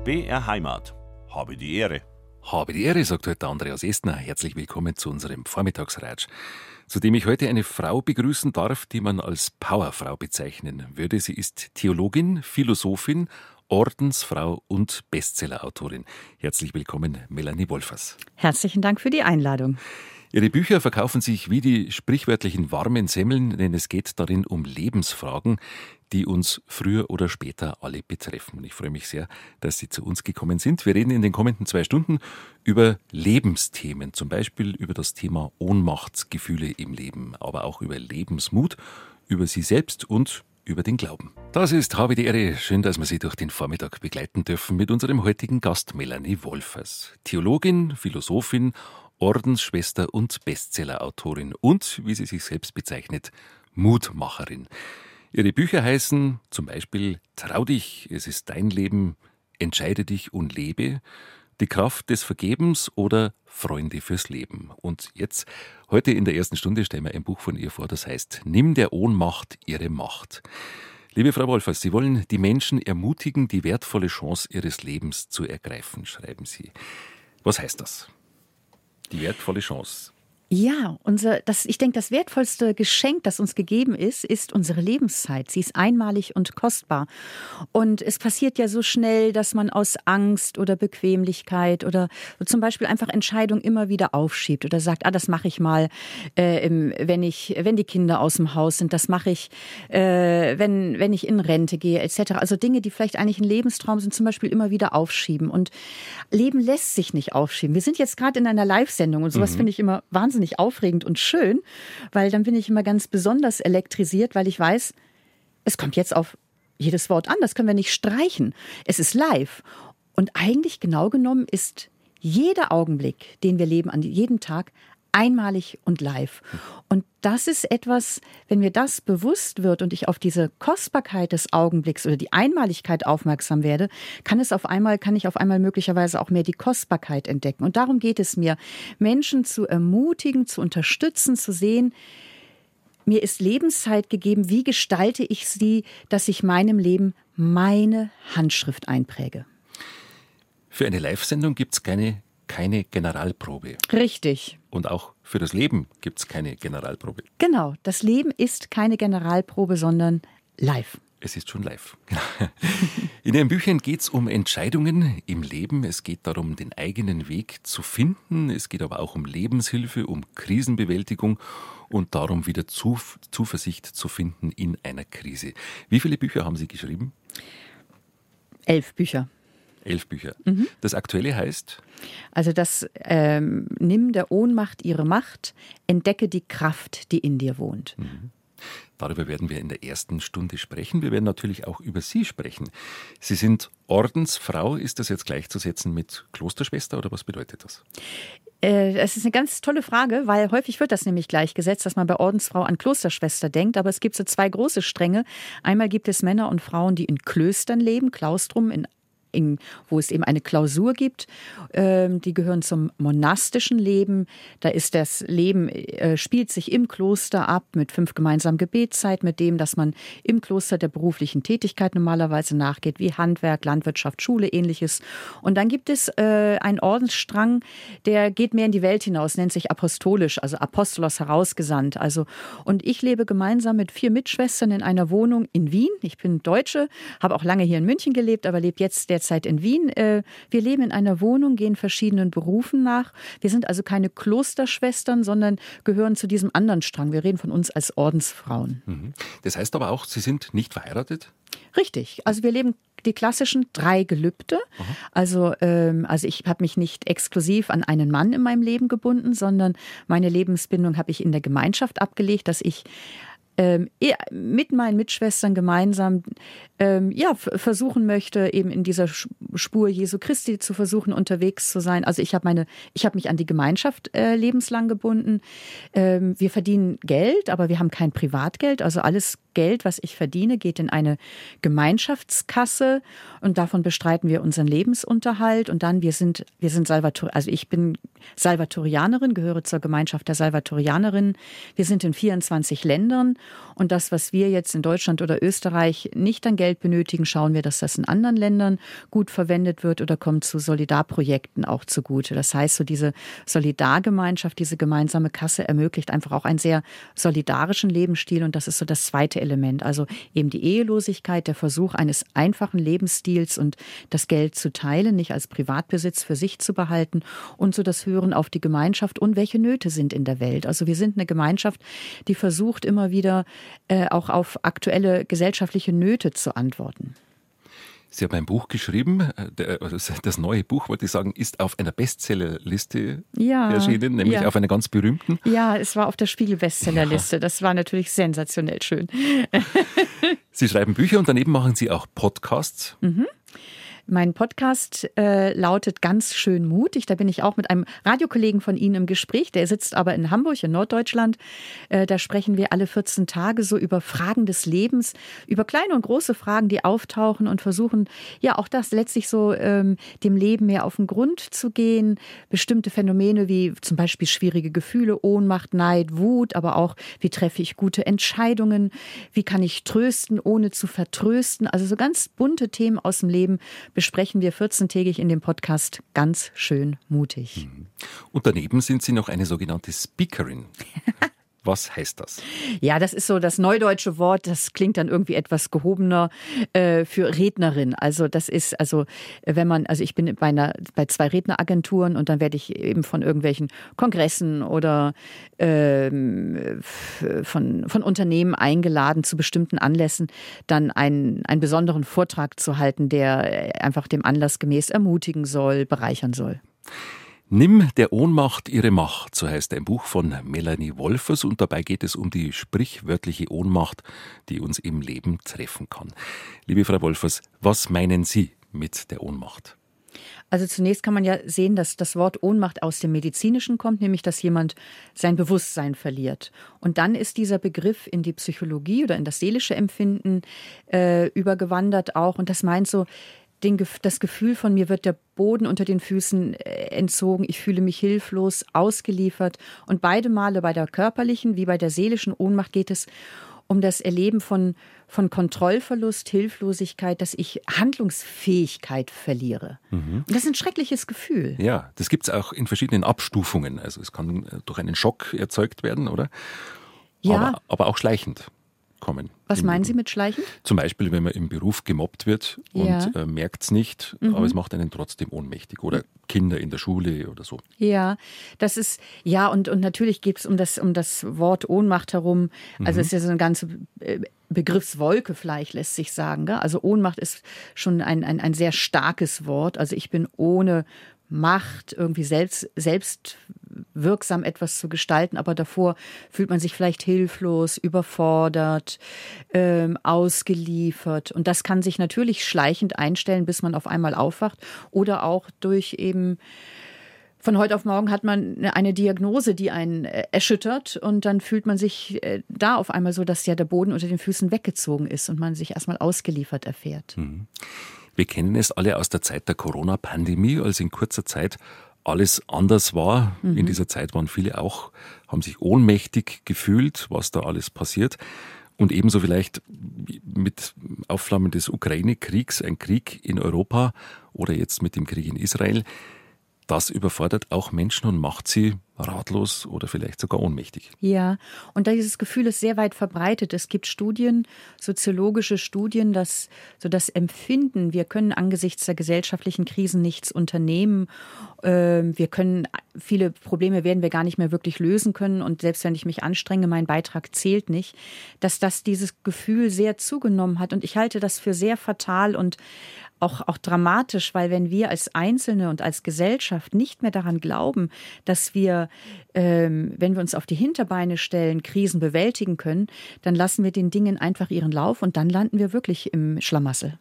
BR Heimat. Habe die Ehre. Habe die Ehre, sagt heute Andreas Estner. Herzlich willkommen zu unserem Vormittagsratsch, zu dem ich heute eine Frau begrüßen darf, die man als Powerfrau bezeichnen würde. Sie ist Theologin, Philosophin, Ordensfrau und Bestsellerautorin. Herzlich willkommen, Melanie Wolfers. Herzlichen Dank für die Einladung. Ihre Bücher verkaufen sich wie die sprichwörtlichen warmen Semmeln, denn es geht darin um Lebensfragen, die uns früher oder später alle betreffen. Und ich freue mich sehr, dass Sie zu uns gekommen sind. Wir reden in den kommenden 2 Stunden über Lebensthemen, zum Beispiel über das Thema Ohnmachtsgefühle im Leben, aber auch über Lebensmut, über Sie selbst und über den Glauben. Das ist Habe die Ehre. Schön, dass wir Sie durch den Vormittag begleiten dürfen mit unserem heutigen Gast Melanie Wolfers. Theologin, Philosophin, Ordensschwester und Bestsellerautorin und, wie sie sich selbst bezeichnet, Mutmacherin. Ihre Bücher heißen zum Beispiel Trau dich, es ist dein Leben, Entscheide dich und lebe, Die Kraft des Vergebens oder Freunde fürs Leben. Und jetzt, heute in der ersten Stunde, stellen wir ein Buch von ihr vor, das heißt Nimm der Ohnmacht ihre Macht. Liebe Frau Wolfers, Sie wollen die Menschen ermutigen, die wertvolle Chance ihres Lebens zu ergreifen, schreiben Sie. Was heißt das? Die wertvolle Chance. Ja, ich denke, das wertvollste Geschenk, das uns gegeben ist unsere Lebenszeit. Sie ist einmalig und kostbar. Und es passiert ja so schnell, dass man aus Angst oder Bequemlichkeit oder zum Beispiel einfach Entscheidungen immer wieder aufschiebt oder sagt, das mache ich mal, wenn die Kinder aus dem Haus sind, das mache ich, wenn ich in Rente gehe, etc. Also Dinge, die vielleicht eigentlich ein Lebenstraum sind, zum Beispiel immer wieder aufschieben. Und Leben lässt sich nicht aufschieben. Wir sind jetzt gerade in einer Live-Sendung und sowas finde ich immer wahnsinnig aufregend und schön, weil dann bin ich immer ganz besonders elektrisiert, weil ich weiß, es kommt jetzt auf jedes Wort an, das können wir nicht streichen. Es ist live. Und eigentlich genau genommen ist jeder Augenblick, den wir leben, an jedem Tag, einmalig und live. Und das ist etwas, wenn mir das bewusst wird und ich auf diese Kostbarkeit des Augenblicks oder die Einmaligkeit aufmerksam werde, kann ich auf einmal möglicherweise auch mehr die Kostbarkeit entdecken. Und darum geht es mir, Menschen zu ermutigen, zu unterstützen, zu sehen, mir ist Lebenszeit gegeben, wie gestalte ich sie, dass ich meinem Leben meine Handschrift einpräge. Für eine Live-Sendung gibt es keine Generalprobe. Richtig. Und auch für das Leben gibt es keine Generalprobe. Genau, das Leben ist keine Generalprobe, sondern live. Es ist schon live. In Ihren Büchern geht es um Entscheidungen im Leben. Es geht darum, den eigenen Weg zu finden. Es geht aber auch um Lebenshilfe, um Krisenbewältigung und darum, wieder Zuversicht zu finden in einer Krise. Wie viele Bücher haben Sie geschrieben? 11 Bücher. 11 Bücher. Das aktuelle heißt? Also das Nimm der Ohnmacht ihre Macht, entdecke die Kraft, die in dir wohnt. Darüber werden wir in der ersten Stunde sprechen. Wir werden natürlich auch über Sie sprechen. Sie sind Ordensfrau. Ist das jetzt gleichzusetzen mit Klosterschwester oder was bedeutet das? Es ist eine ganz tolle Frage, weil häufig wird das nämlich gleichgesetzt, dass man bei Ordensfrau an Klosterschwester denkt. Aber es gibt so 2 große Stränge. Einmal gibt es Männer und Frauen, die in Klöstern leben, Klaustrum, wo es eben eine Klausur gibt. Die gehören zum monastischen Leben. Da ist das Leben, spielt sich im Kloster ab mit 5 gemeinsamen Gebetszeit, mit dem, dass man im Kloster der beruflichen Tätigkeit normalerweise nachgeht, wie Handwerk, Landwirtschaft, Schule, ähnliches. Und dann gibt es einen Ordensstrang, der geht mehr in die Welt hinaus, nennt sich apostolisch, also Apostolos herausgesandt. Und ich lebe gemeinsam mit 4 Mitschwestern in einer Wohnung in Wien. Ich bin Deutsche, habe auch lange hier in München gelebt, aber lebe jetzt derzeit in Wien. Wir leben in einer Wohnung, gehen verschiedenen Berufen nach. Wir sind also keine Klosterschwestern, sondern gehören zu diesem anderen Strang. Wir reden von uns als Ordensfrauen. Das heißt aber auch, Sie sind nicht verheiratet? Richtig. Also wir leben die klassischen 3 Gelübde. Also ich habe mich nicht exklusiv an einen Mann in meinem Leben gebunden, sondern meine Lebensbindung habe ich in der Gemeinschaft abgelegt, dass ich mit meinen Mitschwestern gemeinsam versuchen möchte, eben in dieser Spur Jesu Christi zu versuchen, unterwegs zu sein. Also ich habe mich an die Gemeinschaft lebenslang gebunden. Wir verdienen Geld, aber wir haben kein Privatgeld. Also alles Geld, was ich verdiene, geht in eine Gemeinschaftskasse und davon bestreiten wir unseren Lebensunterhalt. Und dann, ich bin Salvatorianerin, gehöre zur Gemeinschaft der Salvatorianerinnen. Wir sind in 24 Ländern und das, was wir jetzt in Deutschland oder Österreich nicht an Geld Geld benötigen, schauen wir, dass das in anderen Ländern gut verwendet wird oder kommt zu Solidarprojekten auch zugute. Das heißt, so diese Solidargemeinschaft, diese gemeinsame Kasse ermöglicht einfach auch einen sehr solidarischen Lebensstil und das ist so das zweite Element. Also eben die Ehelosigkeit, der Versuch eines einfachen Lebensstils und das Geld zu teilen, nicht als Privatbesitz für sich zu behalten und so das Hören auf die Gemeinschaft und welche Nöte sind in der Welt. Also wir sind eine Gemeinschaft, die versucht immer wieder auch auf aktuelle gesellschaftliche Nöte zu antworten. Sie haben ein Buch geschrieben, das neue Buch, wollte ich sagen, ist auf einer Bestsellerliste erschienen, nämlich auf einer ganz berühmten. Ja, es war auf der Spiegel-Bestsellerliste. Das war natürlich sensationell schön. Sie schreiben Bücher und daneben machen Sie auch Podcasts. Mein Podcast lautet Ganz schön mutig. Da bin ich auch mit einem Radiokollegen von Ihnen im Gespräch. Der sitzt aber in Hamburg, in Norddeutschland. Da sprechen wir alle 14 Tage so über Fragen des Lebens, über kleine und große Fragen, die auftauchen und versuchen, ja auch das letztlich so dem Leben mehr auf den Grund zu gehen. Bestimmte Phänomene wie zum Beispiel schwierige Gefühle, Ohnmacht, Neid, Wut, aber auch, wie treffe ich gute Entscheidungen? Wie kann ich trösten, ohne zu vertrösten? Also so ganz bunte Themen aus dem Leben besprechen wir 14-tägig in dem Podcast Ganz schön mutig. Und daneben sind Sie noch eine sogenannte Speakerin. Was heißt das? Ja, das ist so das neudeutsche Wort, das klingt dann irgendwie etwas gehobener für Rednerin. Also das ist, wenn man, ich bin bei 2 Redneragenturen und dann werde ich eben von irgendwelchen Kongressen oder von Unternehmen eingeladen zu bestimmten Anlässen, dann einen besonderen Vortrag zu halten, der einfach dem Anlass gemäß ermutigen soll, bereichern soll. Nimm der Ohnmacht ihre Macht, so heißt ein Buch von Melanie Wolfers und dabei geht es um die sprichwörtliche Ohnmacht, die uns im Leben treffen kann. Liebe Frau Wolfers, was meinen Sie mit der Ohnmacht? Also zunächst kann man ja sehen, dass das Wort Ohnmacht aus dem Medizinischen kommt, nämlich dass jemand sein Bewusstsein verliert. Und dann ist dieser Begriff in die Psychologie oder in das seelische Empfinden übergewandert auch und das meint so, das Gefühl von mir wird der Boden unter den Füßen entzogen, ich fühle mich hilflos, ausgeliefert. Und beide Male bei der körperlichen wie bei der seelischen Ohnmacht geht es um das Erleben von Kontrollverlust, Hilflosigkeit, dass ich Handlungsfähigkeit verliere. Und das ist ein schreckliches Gefühl. Ja, das gibt es auch in verschiedenen Abstufungen. Also es kann durch einen Schock erzeugt werden, oder? Ja. Aber auch schleichend kommen. Was meinen Sie mit schleichend? Zum Beispiel, wenn man im Beruf gemobbt wird und merkt es nicht, aber es macht einen trotzdem ohnmächtig. Oder Kinder in der Schule oder so. Ja, das ist, und natürlich geht es um das Wort Ohnmacht herum. Also es ist ja so eine ganze Begriffswolke vielleicht, lässt sich sagen. Gell? Also Ohnmacht ist schon ein sehr starkes Wort. Also ich bin ohne Macht, irgendwie selbst wirksam etwas zu gestalten, aber davor fühlt man sich vielleicht hilflos, überfordert, ausgeliefert. Und das kann sich natürlich schleichend einstellen, bis man auf einmal aufwacht oder auch durch eben von heute auf morgen hat man eine Diagnose, die einen erschüttert und dann fühlt man sich da auf einmal so, dass ja der Boden unter den Füßen weggezogen ist und man sich erstmal ausgeliefert erfährt. Wir kennen es alle aus der Zeit der Corona-Pandemie, als in kurzer Zeit alles anders war. In dieser Zeit waren viele haben sich ohnmächtig gefühlt, was da alles passiert. Und ebenso vielleicht mit Aufflammen des Ukraine-Kriegs, ein Krieg in Europa oder jetzt mit dem Krieg in Israel. Das überfordert auch Menschen und macht sie ratlos oder vielleicht sogar ohnmächtig. Ja, und dieses Gefühl ist sehr weit verbreitet. Es gibt Studien, soziologische Studien, dass so das Empfinden, wir können angesichts der gesellschaftlichen Krisen nichts unternehmen. Viele Probleme werden wir gar nicht mehr wirklich lösen können. Und selbst wenn ich mich anstrenge, mein Beitrag zählt nicht, dass das dieses Gefühl sehr zugenommen hat. Und ich halte das für sehr fatal und auch dramatisch, weil wenn wir als Einzelne und als Gesellschaft nicht mehr daran glauben, dass wir, wenn wir uns auf die Hinterbeine stellen, Krisen bewältigen können, dann lassen wir den Dingen einfach ihren Lauf und dann landen wir wirklich im Schlamassel.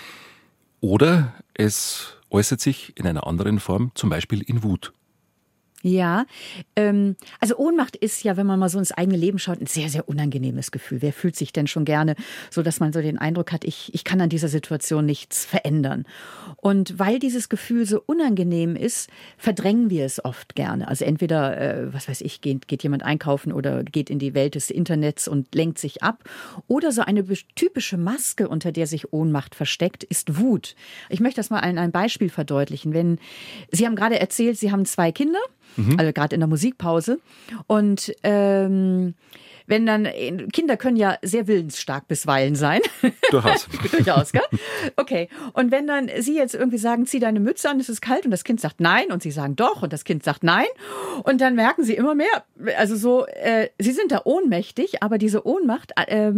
Oder es äußert sich in einer anderen Form, zum Beispiel in Wut. Ja, also Ohnmacht ist ja, wenn man mal so ins eigene Leben schaut, ein sehr, sehr unangenehmes Gefühl. Wer fühlt sich denn schon gerne so, dass man so den Eindruck hat, ich kann an dieser Situation nichts verändern. Und weil dieses Gefühl so unangenehm ist, verdrängen wir es oft gerne. Also entweder, was weiß ich, geht jemand einkaufen oder geht in die Welt des Internets und lenkt sich ab. Oder so eine typische Maske, unter der sich Ohnmacht versteckt, ist Wut. Ich möchte das mal an einem Beispiel verdeutlichen. Sie haben gerade erzählt, Sie haben 2 Kinder. Also gerade in der Musikpause. Und wenn dann, Kinder können ja sehr willensstark bisweilen sein. Durchaus. Durchaus, gell? Okay. Und wenn dann Sie jetzt irgendwie sagen, zieh deine Mütze an, es ist kalt und das Kind sagt nein und Sie sagen doch und das Kind sagt nein und dann merken Sie immer mehr, also so, Sie sind da ohnmächtig, aber diese Ohnmacht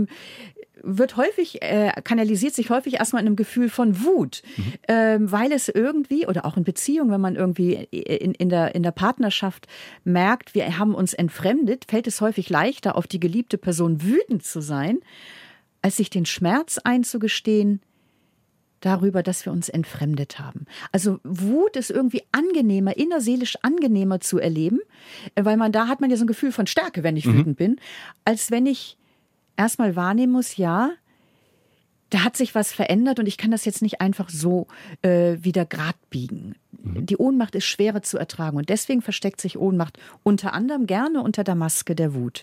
wird häufig, kanalisiert sich häufig erstmal in einem Gefühl von Wut, weil es irgendwie, oder auch in Beziehungen, wenn man irgendwie in der Partnerschaft merkt, wir haben uns entfremdet, fällt es häufig leichter, auf die geliebte Person wütend zu sein, als sich den Schmerz einzugestehen darüber, dass wir uns entfremdet haben. Also Wut ist irgendwie angenehmer, innerseelisch angenehmer zu erleben, weil da hat man ja so ein Gefühl von Stärke, wenn ich wütend bin, als wenn ich erstmal wahrnehmen muss, ja, da hat sich was verändert und ich kann das jetzt nicht einfach so wieder grad biegen. Die Ohnmacht ist schwerer zu ertragen und deswegen versteckt sich Ohnmacht unter anderem gerne unter der Maske der Wut.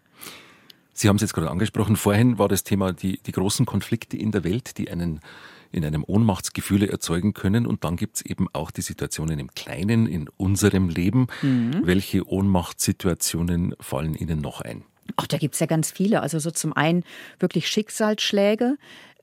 Sie haben es jetzt gerade angesprochen, vorhin war das Thema die großen Konflikte in der Welt, die einen in einem Ohnmachtsgefühle erzeugen können. Und dann gibt es eben auch die Situationen im Kleinen, in unserem Leben. Welche Ohnmachtssituationen fallen Ihnen noch ein? Ach, da gibt's ja ganz viele. Also so zum einen wirklich Schicksalsschläge,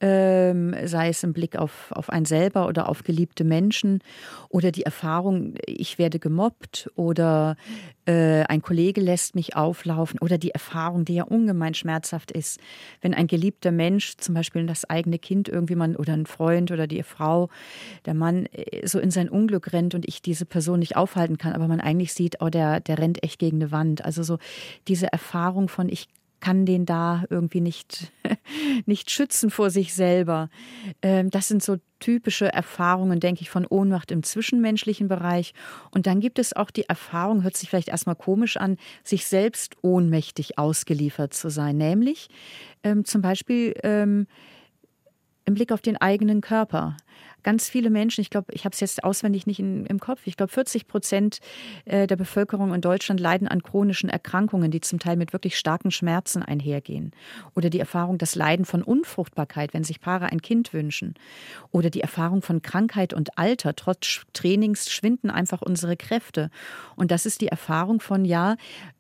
sei es im Blick auf einen selber oder auf geliebte Menschen oder die Erfahrung, ich werde gemobbt oder ein Kollege lässt mich auflaufen oder die Erfahrung, die ja ungemein schmerzhaft ist, wenn ein geliebter Mensch, zum Beispiel das eigene Kind irgendwie oder ein Freund oder die Frau, der Mann so in sein Unglück rennt und ich diese Person nicht aufhalten kann, aber man eigentlich sieht, oh, der rennt echt gegen eine Wand. Also so diese Erfahrung von, ich kann den da irgendwie nicht schützen vor sich selber. Das sind so typische Erfahrungen, denke ich, von Ohnmacht im zwischenmenschlichen Bereich. Und dann gibt es auch die Erfahrung, hört sich vielleicht erstmal komisch an, sich selbst ohnmächtig ausgeliefert zu sein. Nämlich zum Beispiel im Blick auf den eigenen Körper. Ganz viele Menschen, ich glaube, ich habe es jetzt auswendig nicht im Kopf, ich glaube 40% der Bevölkerung in Deutschland leiden an chronischen Erkrankungen, die zum Teil mit wirklich starken Schmerzen einhergehen. Oder die Erfahrung, das Leiden von Unfruchtbarkeit, wenn sich Paare ein Kind wünschen. Oder die Erfahrung von Krankheit und Alter. Trotz Trainings schwinden einfach unsere Kräfte. Und das ist die Erfahrung von, ja,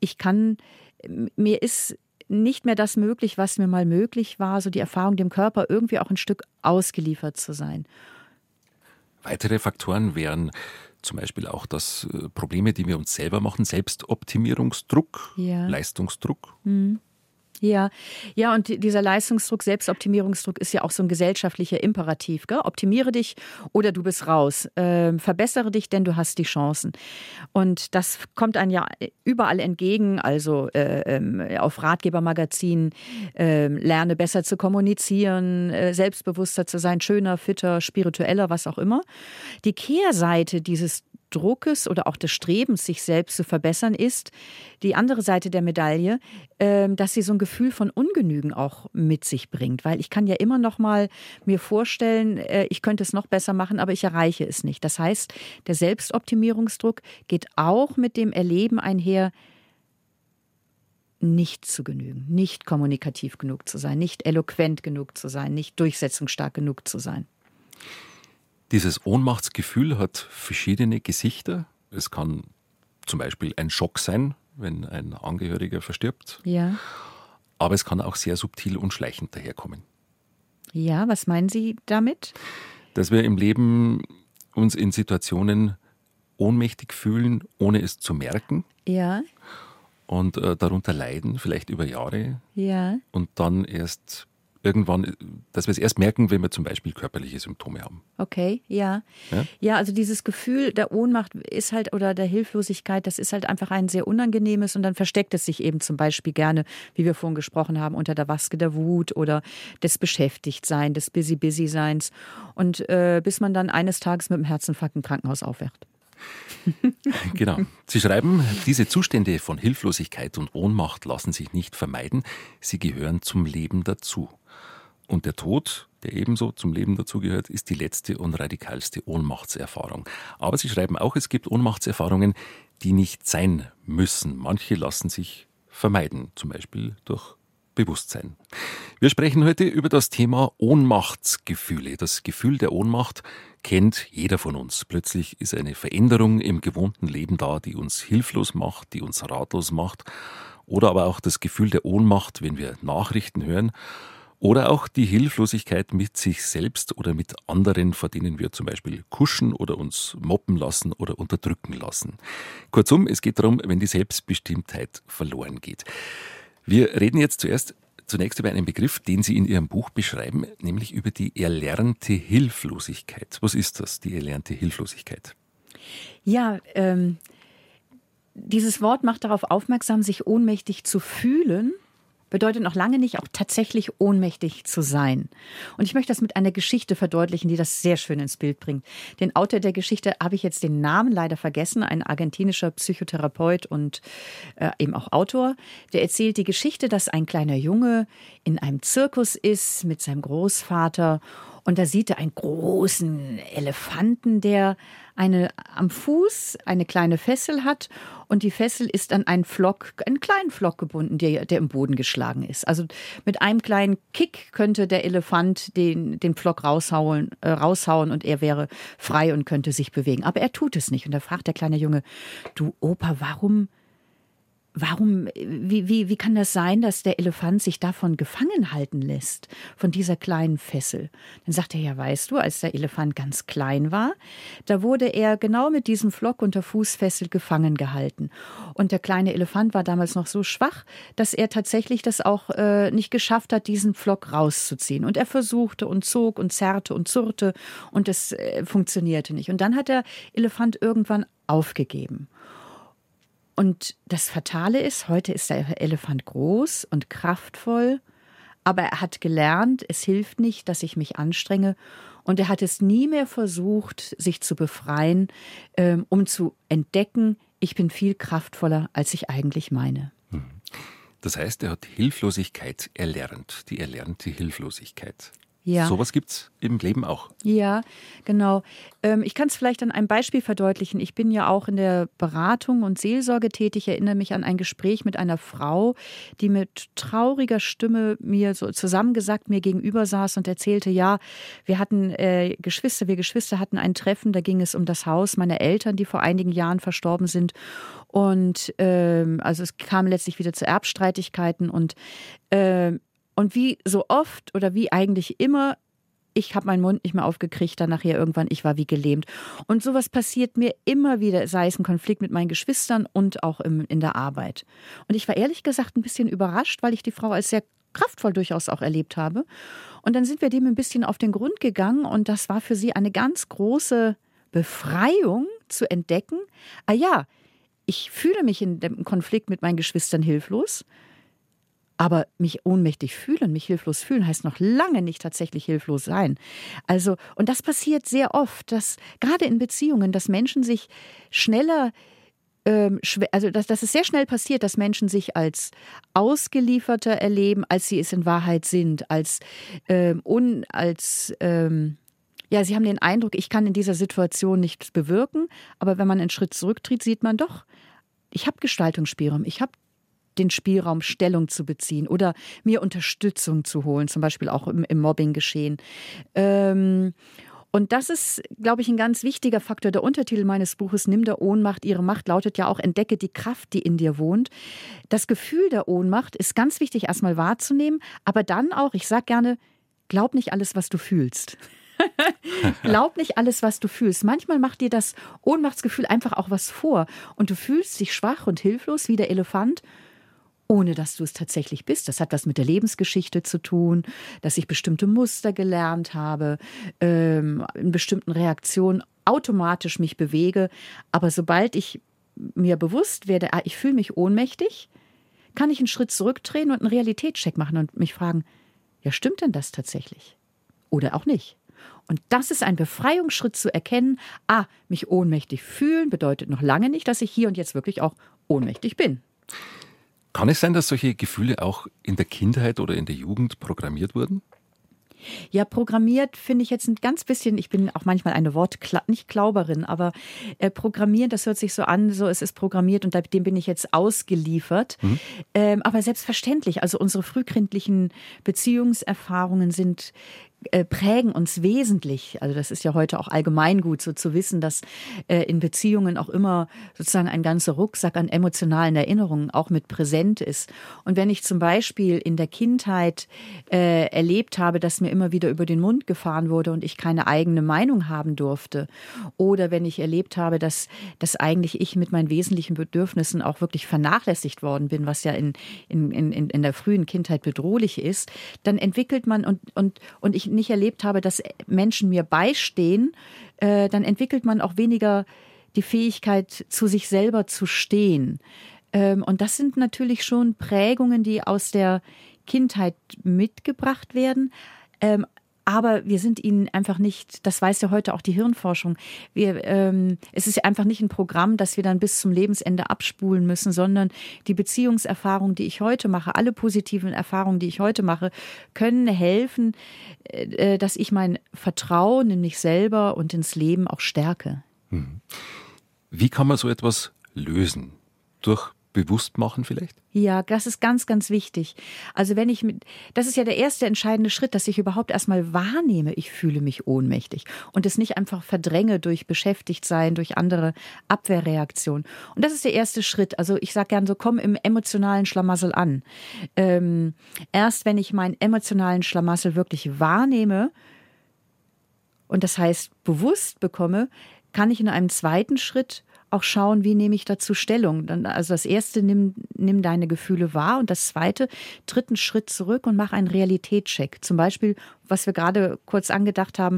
mir ist nicht mehr das möglich, was mir mal möglich war, so die Erfahrung, dem Körper irgendwie auch ein Stück ausgeliefert zu sein. Weitere Faktoren wären zum Beispiel auch das Probleme, die wir uns selber machen, Selbstoptimierungsdruck, Leistungsdruck. Ja, und dieser Leistungsdruck, Selbstoptimierungsdruck ist ja auch so ein gesellschaftlicher Imperativ. Gell? Optimiere dich oder du bist raus. Verbessere dich, denn du hast die Chancen. Und das kommt einem ja überall entgegen, also auf Ratgebermagazinen, lerne besser zu kommunizieren, selbstbewusster zu sein, schöner, fitter, spiritueller, was auch immer. Die Kehrseite dieses Druckes oder auch des Strebens, sich selbst zu verbessern, ist die andere Seite der Medaille, dass sie so ein Gefühl von Ungenügen auch mit sich bringt. Weil ich kann ja immer noch mal mir vorstellen, ich könnte es noch besser machen, aber ich erreiche es nicht. Das heißt, der Selbstoptimierungsdruck geht auch mit dem Erleben einher, nicht zu genügen, nicht kommunikativ genug zu sein, nicht eloquent genug zu sein, nicht durchsetzungsstark genug zu sein. Dieses Ohnmachtsgefühl hat verschiedene Gesichter. Es kann zum Beispiel ein Schock sein, wenn ein Angehöriger verstirbt. Ja. Aber es kann auch sehr subtil und schleichend daherkommen. Ja, was meinen Sie damit? Dass wir im Leben uns in Situationen ohnmächtig fühlen, ohne es zu merken. Ja. Und darunter leiden, vielleicht über Jahre. Ja. Und dann erst irgendwann, dass wir es erst merken, wenn wir zum Beispiel körperliche Symptome haben. Okay, ja. Ja, also dieses Gefühl der Ohnmacht ist halt, oder der Hilflosigkeit, das ist halt einfach ein sehr unangenehmes und dann versteckt es sich eben zum Beispiel gerne, wie wir vorhin gesprochen haben, unter der Maske der Wut oder des Beschäftigtseins, des Busy-Busy-Seins und bis man dann eines Tages mit dem Herzinfarkt im Krankenhaus aufwacht. Genau. Sie schreiben, diese Zustände von Hilflosigkeit und Ohnmacht lassen sich nicht vermeiden. Sie gehören zum Leben dazu. Und der Tod, der ebenso zum Leben dazugehört, ist die letzte und radikalste Ohnmachtserfahrung. Aber Sie schreiben auch, es gibt Ohnmachtserfahrungen, die nicht sein müssen. Manche lassen sich vermeiden, zum Beispiel durch Bewusstsein. Wir sprechen heute über das Thema Ohnmachtsgefühle. Das Gefühl der Ohnmacht kennt jeder von uns. Plötzlich ist eine Veränderung im gewohnten Leben da, die uns hilflos macht, die uns ratlos macht. Oder aber auch das Gefühl der Ohnmacht, wenn wir Nachrichten hören. Oder auch die Hilflosigkeit mit sich selbst oder mit anderen, vor denen wir zum Beispiel kuschen oder uns mobben lassen oder unterdrücken lassen. Kurzum, es geht darum, wenn die Selbstbestimmtheit verloren geht. Wir reden jetzt zunächst über einen Begriff, den Sie in Ihrem Buch beschreiben, nämlich über die erlernte Hilflosigkeit. Was ist das, die erlernte Hilflosigkeit? Ja, dieses Wort macht darauf aufmerksam, sich ohnmächtig zu fühlen, bedeutet noch lange nicht auch tatsächlich ohnmächtig zu sein. Und ich möchte das mit einer Geschichte verdeutlichen, die das sehr schön ins Bild bringt. Den Autor der Geschichte habe ich jetzt den Namen leider vergessen, ein argentinischer Psychotherapeut und eben auch Autor. Der erzählt die Geschichte, dass ein kleiner Junge in einem Zirkus ist mit seinem Großvater. Und da sieht er einen großen Elefanten, der am Fuß eine kleine Fessel hat. Und die Fessel ist an einen kleinen Flock gebunden, der im Boden geschlagen ist. Also mit einem kleinen Kick könnte der Elefant den Flock raushauen und er wäre frei und könnte sich bewegen. Aber er tut es nicht. Und da fragt der kleine Junge, du Opa, wie kann das sein, dass der Elefant sich davon gefangen halten lässt, von dieser kleinen Fessel? Dann sagt er, ja, weißt du, als der Elefant ganz klein war, da wurde er genau mit diesem Flock und der Fußfessel gefangen gehalten. Und der kleine Elefant war damals noch so schwach, dass er tatsächlich das auch nicht geschafft hat, diesen Flock rauszuziehen. Und er versuchte und zog und zerrte und zurrte und es funktionierte nicht. Und dann hat der Elefant irgendwann aufgegeben. Und das Fatale ist, heute ist der Elefant groß und kraftvoll, aber er hat gelernt, es hilft nicht, dass ich mich anstrenge. Und er hat es nie mehr versucht, sich zu befreien, um zu entdecken, ich bin viel kraftvoller, als ich eigentlich meine. Das heißt, er hat Hilflosigkeit erlernt, die erlernte Hilflosigkeit. Ja. Sowas gibt's im Leben auch. Ja, genau. Ich kann es vielleicht an einem Beispiel verdeutlichen. Ich bin ja auch in der Beratung und Seelsorge tätig. Ich erinnere mich an ein Gespräch mit einer Frau, die mit trauriger Stimme mir so zusammengesackt mir gegenüber saß und erzählte, ja, wir hatten Geschwister hatten ein Treffen, da ging es um das Haus meiner Eltern, die vor einigen Jahren verstorben sind. Und also es kam letztlich wieder zu Erbstreitigkeiten und wie so oft oder wie eigentlich immer, ich habe meinen Mund nicht mehr aufgekriegt, dann nachher irgendwann, ich war wie gelähmt. Und sowas passiert mir immer wieder, sei es ein Konflikt mit meinen Geschwistern und auch in der Arbeit. Und ich war ehrlich gesagt ein bisschen überrascht, weil ich die Frau als sehr kraftvoll durchaus auch erlebt habe. Und dann sind wir dem ein bisschen auf den Grund gegangen und das war für sie eine ganz große Befreiung zu entdecken. Ah ja, ich fühle mich in dem Konflikt mit meinen Geschwistern hilflos. Aber mich ohnmächtig fühlen, mich hilflos fühlen, heißt noch lange nicht tatsächlich hilflos sein. Also, und das passiert sehr oft, dass gerade in Beziehungen, dass Menschen sich schneller, dass es sehr schnell passiert, dass Menschen sich als ausgelieferter erleben, als sie es in Wahrheit sind, sie haben den Eindruck, ich kann in dieser Situation nichts bewirken, aber wenn man einen Schritt zurücktritt, sieht man doch, ich habe Gestaltungsspielraum, ich habe den Spielraum, Stellung zu beziehen oder mir Unterstützung zu holen, zum Beispiel auch im Mobbing-Geschehen. Und das ist, glaube ich, ein ganz wichtiger Faktor. Der Untertitel meines Buches, Nimm der Ohnmacht ihre Macht, lautet ja auch, entdecke die Kraft, die in dir wohnt. Das Gefühl der Ohnmacht ist ganz wichtig, erstmal wahrzunehmen, aber dann auch, ich sage gerne, glaub nicht alles, was du fühlst. Glaub nicht alles, was du fühlst. Manchmal macht dir das Ohnmachtsgefühl einfach auch was vor und du fühlst dich schwach und hilflos wie der Elefant, ohne dass du es tatsächlich bist. Das hat was mit der Lebensgeschichte zu tun, dass ich bestimmte Muster gelernt habe, in bestimmten Reaktionen automatisch mich bewege. Aber sobald ich mir bewusst werde, ich fühle mich ohnmächtig, kann ich einen Schritt zurückdrehen und einen Realitätscheck machen und mich fragen, ja, stimmt denn das tatsächlich? Oder auch nicht. Und das ist ein Befreiungsschritt zu erkennen, mich ohnmächtig fühlen bedeutet noch lange nicht, dass ich hier und jetzt wirklich auch ohnmächtig bin. Kann es sein, dass solche Gefühle auch in der Kindheit oder in der Jugend programmiert wurden? Ja, programmiert finde ich jetzt ein ganz bisschen, ich bin auch manchmal eine nicht Klauberin, aber programmieren, das hört sich so an, so es ist programmiert und dem bin ich jetzt ausgeliefert. Aber selbstverständlich, also unsere frühkindlichen Beziehungserfahrungen prägen uns wesentlich. Also das ist ja heute auch allgemeingut, so zu wissen, dass in Beziehungen auch immer sozusagen ein ganzer Rucksack an emotionalen Erinnerungen auch mit präsent ist. Und wenn ich zum Beispiel in der Kindheit erlebt habe, dass mir immer wieder über den Mund gefahren wurde und ich keine eigene Meinung haben durfte, oder wenn ich erlebt habe, dass eigentlich ich mit meinen wesentlichen Bedürfnissen auch wirklich vernachlässigt worden bin, was ja in der frühen Kindheit bedrohlich ist, dann entwickelt man und ich nicht erlebt habe, dass Menschen mir beistehen, dann entwickelt man auch weniger die Fähigkeit, zu sich selber zu stehen. Und das sind natürlich schon Prägungen, die aus der Kindheit mitgebracht werden. Aber wir sind ihnen einfach nicht, das weiß ja heute auch die Hirnforschung, es ist einfach nicht ein Programm, das wir dann bis zum Lebensende abspulen müssen, sondern die Beziehungserfahrungen, die ich heute mache, alle positiven Erfahrungen, die ich heute mache, können helfen, dass ich mein Vertrauen in mich selber und ins Leben auch stärke. Wie kann man so etwas lösen? Durch Bewusstmachen vielleicht? Ja, das ist ganz, ganz wichtig. Also das ist ja der erste entscheidende Schritt, dass ich überhaupt erstmal wahrnehme, ich fühle mich ohnmächtig und es nicht einfach verdränge durch Beschäftigtsein, durch andere Abwehrreaktionen. Und das ist der erste Schritt. Also ich sage gern so, komm im emotionalen Schlamassel an. Erst wenn ich meinen emotionalen Schlamassel wirklich wahrnehme und das heißt bewusst bekomme, kann ich in einem zweiten Schritt auch schauen, wie nehme ich dazu Stellung. Also das erste, nimm deine Gefühle wahr und das zweite, tritt einen Schritt zurück und mach einen Realitätscheck. Zum Beispiel, was wir gerade kurz angedacht haben,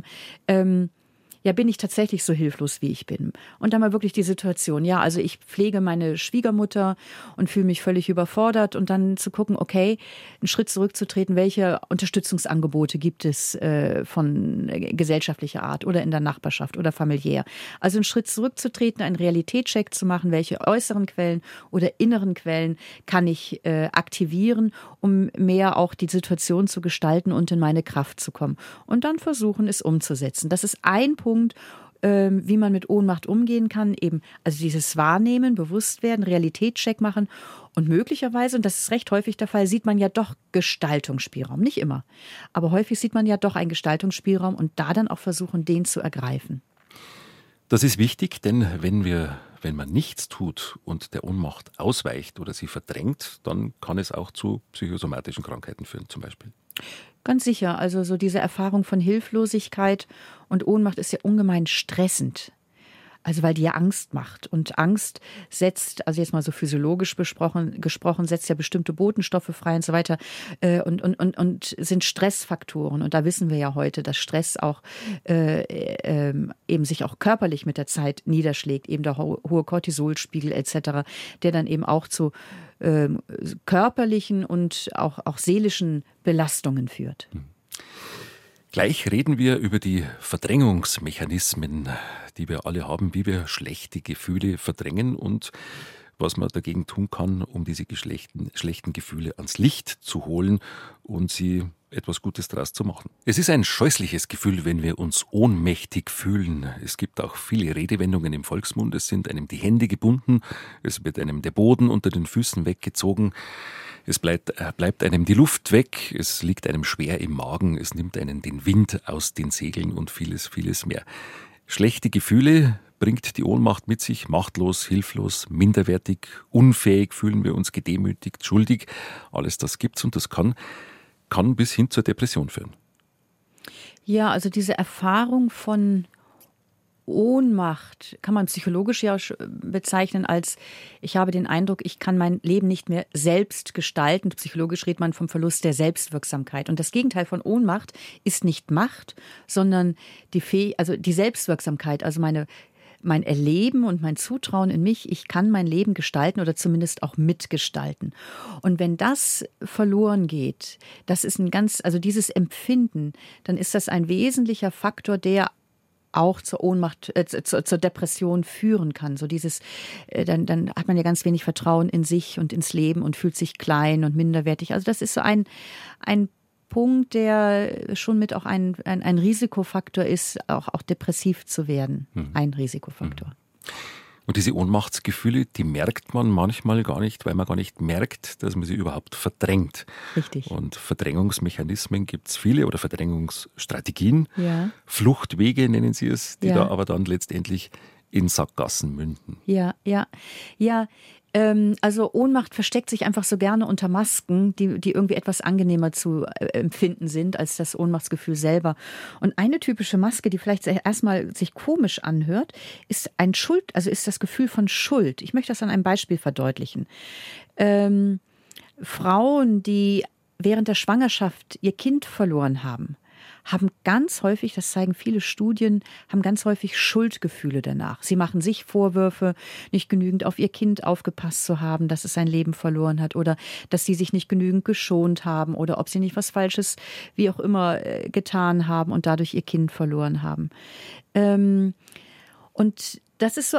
bin ich tatsächlich so hilflos, wie ich bin? Und dann mal wirklich die Situation, also ich pflege meine Schwiegermutter und fühle mich völlig überfordert und dann zu gucken, okay, einen Schritt zurückzutreten, welche Unterstützungsangebote gibt es von gesellschaftlicher Art oder in der Nachbarschaft oder familiär. Also einen Schritt zurückzutreten, einen Realitätscheck zu machen, welche äußeren Quellen oder inneren Quellen kann ich aktivieren, um mehr auch die Situation zu gestalten und in meine Kraft zu kommen. Und dann versuchen, es umzusetzen. Das ist ein Punkt, wie man mit Ohnmacht umgehen kann, eben also dieses Wahrnehmen, Bewusstwerden, Realitätscheck machen und möglicherweise, und das ist recht häufig der Fall, sieht man ja doch Gestaltungsspielraum, nicht immer, aber häufig sieht man ja doch einen Gestaltungsspielraum und da dann auch versuchen, den zu ergreifen. Das ist wichtig, denn wenn man nichts tut und der Ohnmacht ausweicht oder sie verdrängt, dann kann es auch zu psychosomatischen Krankheiten führen zum Beispiel. Ganz sicher, also so diese Erfahrung von Hilflosigkeit und Ohnmacht ist ja ungemein stressend. Also weil die ja Angst macht. Und Angst setzt, also jetzt mal so physiologisch gesprochen, setzt ja bestimmte Botenstoffe frei und so weiter und sind Stressfaktoren. Und da wissen wir ja heute, dass Stress auch eben sich auch körperlich mit der Zeit niederschlägt, eben der hohe Cortisolspiegel etc., der dann eben auch zu körperlichen und auch seelischen Belastungen führt. Gleich reden wir über die Verdrängungsmechanismen, die wir alle haben, wie wir schlechte Gefühle verdrängen und was man dagegen tun kann, um diese schlechten Gefühle ans Licht zu holen und sie etwas Gutes daraus zu machen. Es ist ein scheußliches Gefühl, wenn wir uns ohnmächtig fühlen. Es gibt auch viele Redewendungen im Volksmund. Es sind einem die Hände gebunden, es wird einem der Boden unter den Füßen weggezogen. Es bleibt einem die Luft weg, es liegt einem schwer im Magen, es nimmt einen den Wind aus den Segeln und vieles, vieles mehr. Schlechte Gefühle bringt die Ohnmacht mit sich, machtlos, hilflos, minderwertig, unfähig, fühlen wir uns gedemütigt, schuldig. Alles das gibt's und das kann bis hin zur Depression führen. Ja, also diese Erfahrung von Ohnmacht kann man psychologisch ja bezeichnen als, ich habe den Eindruck, ich kann mein Leben nicht mehr selbst gestalten. Psychologisch redet man vom Verlust der Selbstwirksamkeit. Und das Gegenteil von Ohnmacht ist nicht Macht, sondern die Selbstwirksamkeit, also mein Erleben und mein Zutrauen in mich, ich kann mein Leben gestalten oder zumindest auch mitgestalten. Und wenn das verloren geht, das ist also dieses Empfinden, dann ist das ein wesentlicher Faktor, der auch zur Ohnmacht, zur Depression führen kann. So dieses, dann hat man ja ganz wenig Vertrauen in sich und ins Leben und fühlt sich klein und minderwertig. Also das ist so ein Punkt, der schon mit auch ein Risikofaktor ist, auch depressiv zu werden. Ein Risikofaktor. Und diese Ohnmachtsgefühle, die merkt man manchmal gar nicht, weil man gar nicht merkt, dass man sie überhaupt verdrängt. Richtig. Und Verdrängungsmechanismen gibt es viele oder Verdrängungsstrategien. Ja. Fluchtwege nennen sie es, die Ja. da aber dann letztendlich in Sackgassen münden. Ja. Also Ohnmacht versteckt sich einfach so gerne unter Masken, die irgendwie etwas angenehmer zu empfinden sind als das Ohnmachtsgefühl selber. Und eine typische Maske, die vielleicht erstmal sich komisch anhört, ist ist das Gefühl von Schuld. Ich möchte das an einem Beispiel verdeutlichen. Frauen, die während der Schwangerschaft ihr Kind verloren haben ganz häufig, das zeigen viele Studien, haben ganz häufig Schuldgefühle danach. Sie machen sich Vorwürfe, nicht genügend auf ihr Kind aufgepasst zu haben, dass es sein Leben verloren hat oder dass sie sich nicht genügend geschont haben oder ob sie nicht was Falsches, wie auch immer, getan haben und dadurch ihr Kind verloren haben. Und das ist so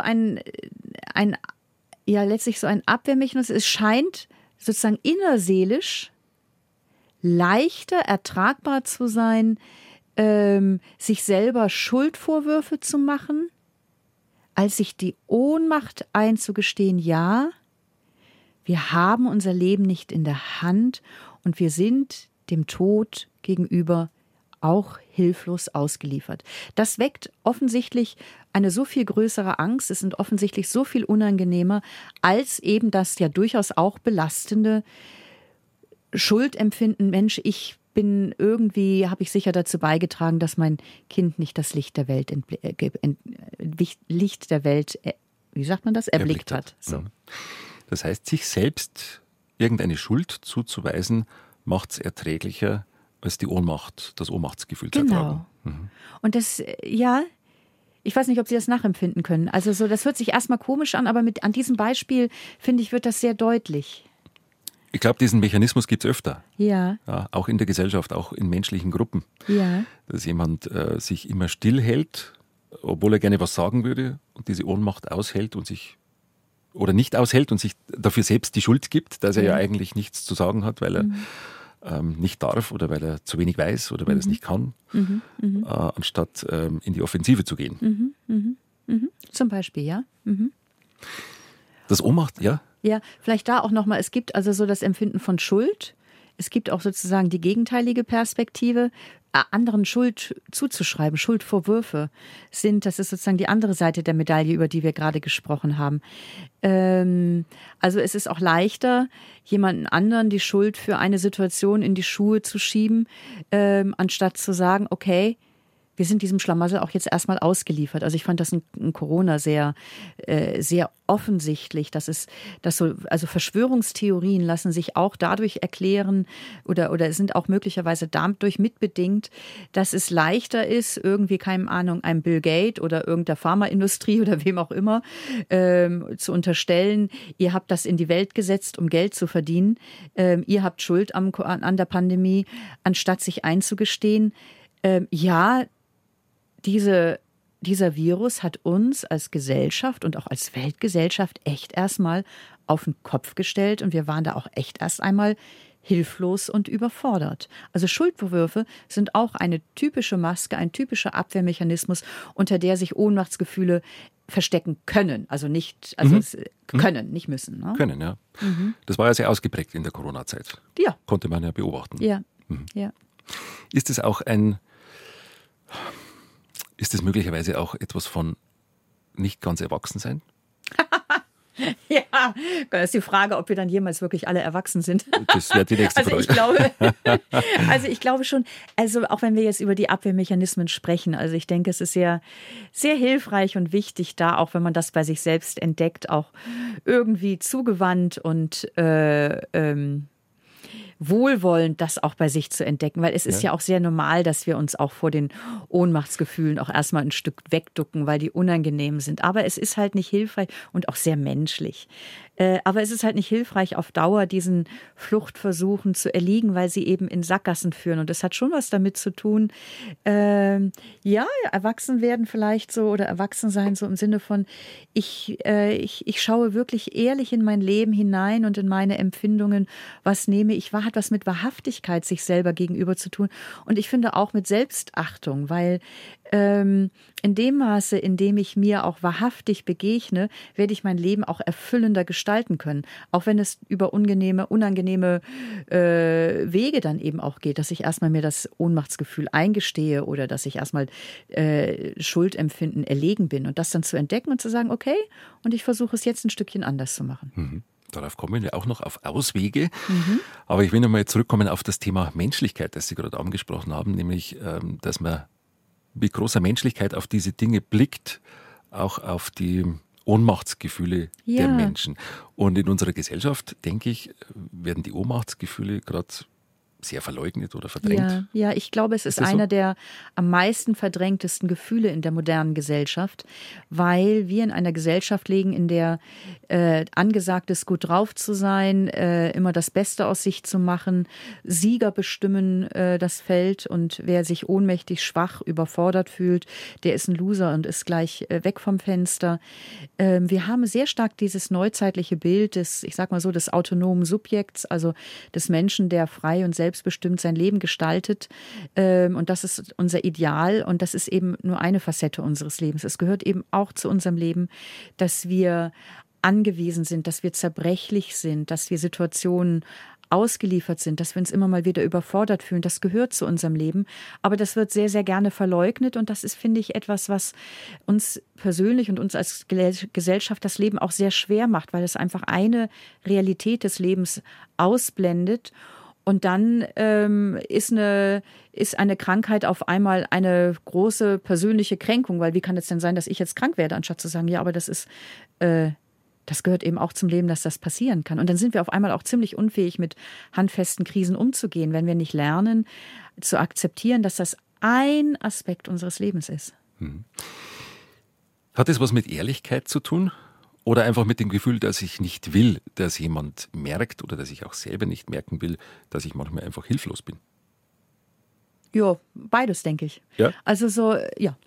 letztlich so ein Abwehrmechanismus. Es scheint sozusagen innerseelisch leichter ertragbar zu sein, sich selber Schuldvorwürfe zu machen, als sich die Ohnmacht einzugestehen, ja, wir haben unser Leben nicht in der Hand und wir sind dem Tod gegenüber auch hilflos ausgeliefert. Das weckt offensichtlich eine so viel größere Angst, es sind offensichtlich so viel unangenehmer, als eben das ja durchaus auch belastende Schuldempfinden, Mensch, habe ich sicher dazu beigetragen, dass mein Kind nicht das Licht der Welt erblickt hat. So. Das heißt, sich selbst irgendeine Schuld zuzuweisen, macht es erträglicher als die Ohnmacht, das Ohnmachtsgefühl zu ertragen. Und das, ich weiß nicht, ob Sie das nachempfinden können. Also so, das hört sich erstmal komisch an, aber an diesem Beispiel, finde ich, wird das sehr deutlich. Ich glaube, diesen Mechanismus gibt es öfter. Ja. Ja. Auch in der Gesellschaft, auch in menschlichen Gruppen. Ja. Dass jemand sich immer stillhält, obwohl er gerne was sagen würde und diese Ohnmacht aushält und sich dafür selbst die Schuld gibt, dass er ja eigentlich nichts zu sagen hat, weil er nicht darf oder weil er zu wenig weiß oder weil er es nicht kann, anstatt in die Offensive zu gehen. Zum Beispiel, ja. Das Ohnmacht, ja. Ja, vielleicht da auch nochmal, es gibt also so das Empfinden von Schuld. Es gibt auch sozusagen die gegenteilige Perspektive, anderen Schuld zuzuschreiben, Schuldvorwürfe das ist sozusagen die andere Seite der Medaille, über die wir gerade gesprochen haben. Also es ist auch leichter, jemanden anderen die Schuld für eine Situation in die Schuhe zu schieben, anstatt zu sagen, okay, wir sind diesem Schlamassel auch jetzt erstmal ausgeliefert. Also ich fand das in Corona sehr offensichtlich, also Verschwörungstheorien lassen sich auch dadurch erklären oder sind auch möglicherweise dadurch mitbedingt, dass es leichter ist, irgendwie, keine Ahnung, einem Bill Gates oder irgendeiner Pharmaindustrie oder wem auch immer zu unterstellen, ihr habt das in die Welt gesetzt, um Geld zu verdienen, ihr habt Schuld an der Pandemie, anstatt sich einzugestehen, dieser Virus hat uns als Gesellschaft und auch als Weltgesellschaft echt erstmal auf den Kopf gestellt und wir waren da auch echt erst einmal hilflos und überfordert. Also Schuldvorwürfe sind auch eine typische Maske, ein typischer Abwehrmechanismus, unter der sich Ohnmachtsgefühle verstecken können. Also nicht, können, nicht müssen. Ne? Können, ja. Das war ja sehr ausgeprägt in der Corona-Zeit. Ja. Konnte man ja beobachten. Ja. Ja. Ist es möglicherweise auch etwas von nicht ganz erwachsen sein? Ja, das ist die Frage, ob wir dann jemals wirklich alle erwachsen sind. Das wäre die nächste Frage. Ich glaube schon, also auch wenn wir jetzt über die Abwehrmechanismen sprechen, also ich denke, es ist sehr, sehr hilfreich und wichtig da, auch wenn man das bei sich selbst entdeckt, auch irgendwie zugewandt und wohlwollend, das auch bei sich zu entdecken, weil es ist ja auch sehr normal, dass wir uns auch vor den Ohnmachtsgefühlen auch erstmal ein Stück wegducken, weil die unangenehm sind. Aber es ist halt nicht hilfreich und auch sehr menschlich. Aber es ist halt nicht hilfreich, auf Dauer diesen Fluchtversuchen zu erliegen, weil sie eben in Sackgassen führen. Und das hat schon was damit zu tun, erwachsen werden vielleicht so oder erwachsen sein so im Sinne von, ich schaue wirklich ehrlich in mein Leben hinein und in meine Empfindungen. Was nehme ich wahr? Hat was mit Wahrhaftigkeit sich selber gegenüber zu tun. Und ich finde auch mit Selbstachtung, weil in dem Maße, in dem ich mir auch wahrhaftig begegne, werde ich mein Leben auch erfüllender gestalten können. Auch wenn es über unangenehme Wege dann eben auch geht, dass ich erstmal mir das Ohnmachtsgefühl eingestehe oder dass ich erstmal Schuldempfinden erlegen bin und das dann zu entdecken und zu sagen, okay, und ich versuche es jetzt ein Stückchen anders zu machen. Mhm. Darauf kommen wir auch noch auf Auswege. Aber ich will nochmal zurückkommen auf das Thema Menschlichkeit, das Sie gerade angesprochen haben, nämlich, dass man mit großer Menschlichkeit auf diese Dinge blickt, auch auf die Ohnmachtsgefühle der Menschen. Und in unserer Gesellschaft, denke ich, werden die Ohnmachtsgefühle gerade sehr verleugnet oder verdrängt. Ja, ich glaube, es ist einer der am meisten verdrängtesten Gefühle in der modernen Gesellschaft, weil wir in einer Gesellschaft leben, in der angesagt ist, gut drauf zu sein, immer das Beste aus sich zu machen. Sieger bestimmen das Feld und wer sich ohnmächtig, schwach, überfordert fühlt, der ist ein Loser und ist gleich weg vom Fenster. Wir haben sehr stark dieses neuzeitliche Bild des autonomen Subjekts, also des Menschen, der frei und selbstbestimmt sein Leben gestaltet. Und das ist unser Ideal und das ist eben nur eine Facette unseres Lebens. Es gehört eben auch zu unserem Leben, dass wir angewiesen sind, dass wir zerbrechlich sind, dass wir Situationen ausgeliefert sind, dass wir uns immer mal wieder überfordert fühlen. Das gehört zu unserem Leben. Aber das wird sehr, sehr gerne verleugnet. Und das ist, finde ich, etwas, was uns persönlich und uns als Gesellschaft das Leben auch sehr schwer macht, weil es einfach eine Realität des Lebens ausblendet. Und dann ist eine Krankheit auf einmal eine große persönliche Kränkung, weil wie kann es denn sein, dass ich jetzt krank werde, anstatt zu sagen, ja, aber das gehört eben auch zum Leben, dass das passieren kann. Und dann sind wir auf einmal auch ziemlich unfähig, mit handfesten Krisen umzugehen, wenn wir nicht lernen, zu akzeptieren, dass das ein Aspekt unseres Lebens ist. Hat es was mit Ehrlichkeit zu tun? Oder einfach mit dem Gefühl, dass ich nicht will, dass jemand merkt oder dass ich auch selber nicht merken will, dass ich manchmal einfach hilflos bin? Ja, beides, denke ich. Ja? Also so, ja.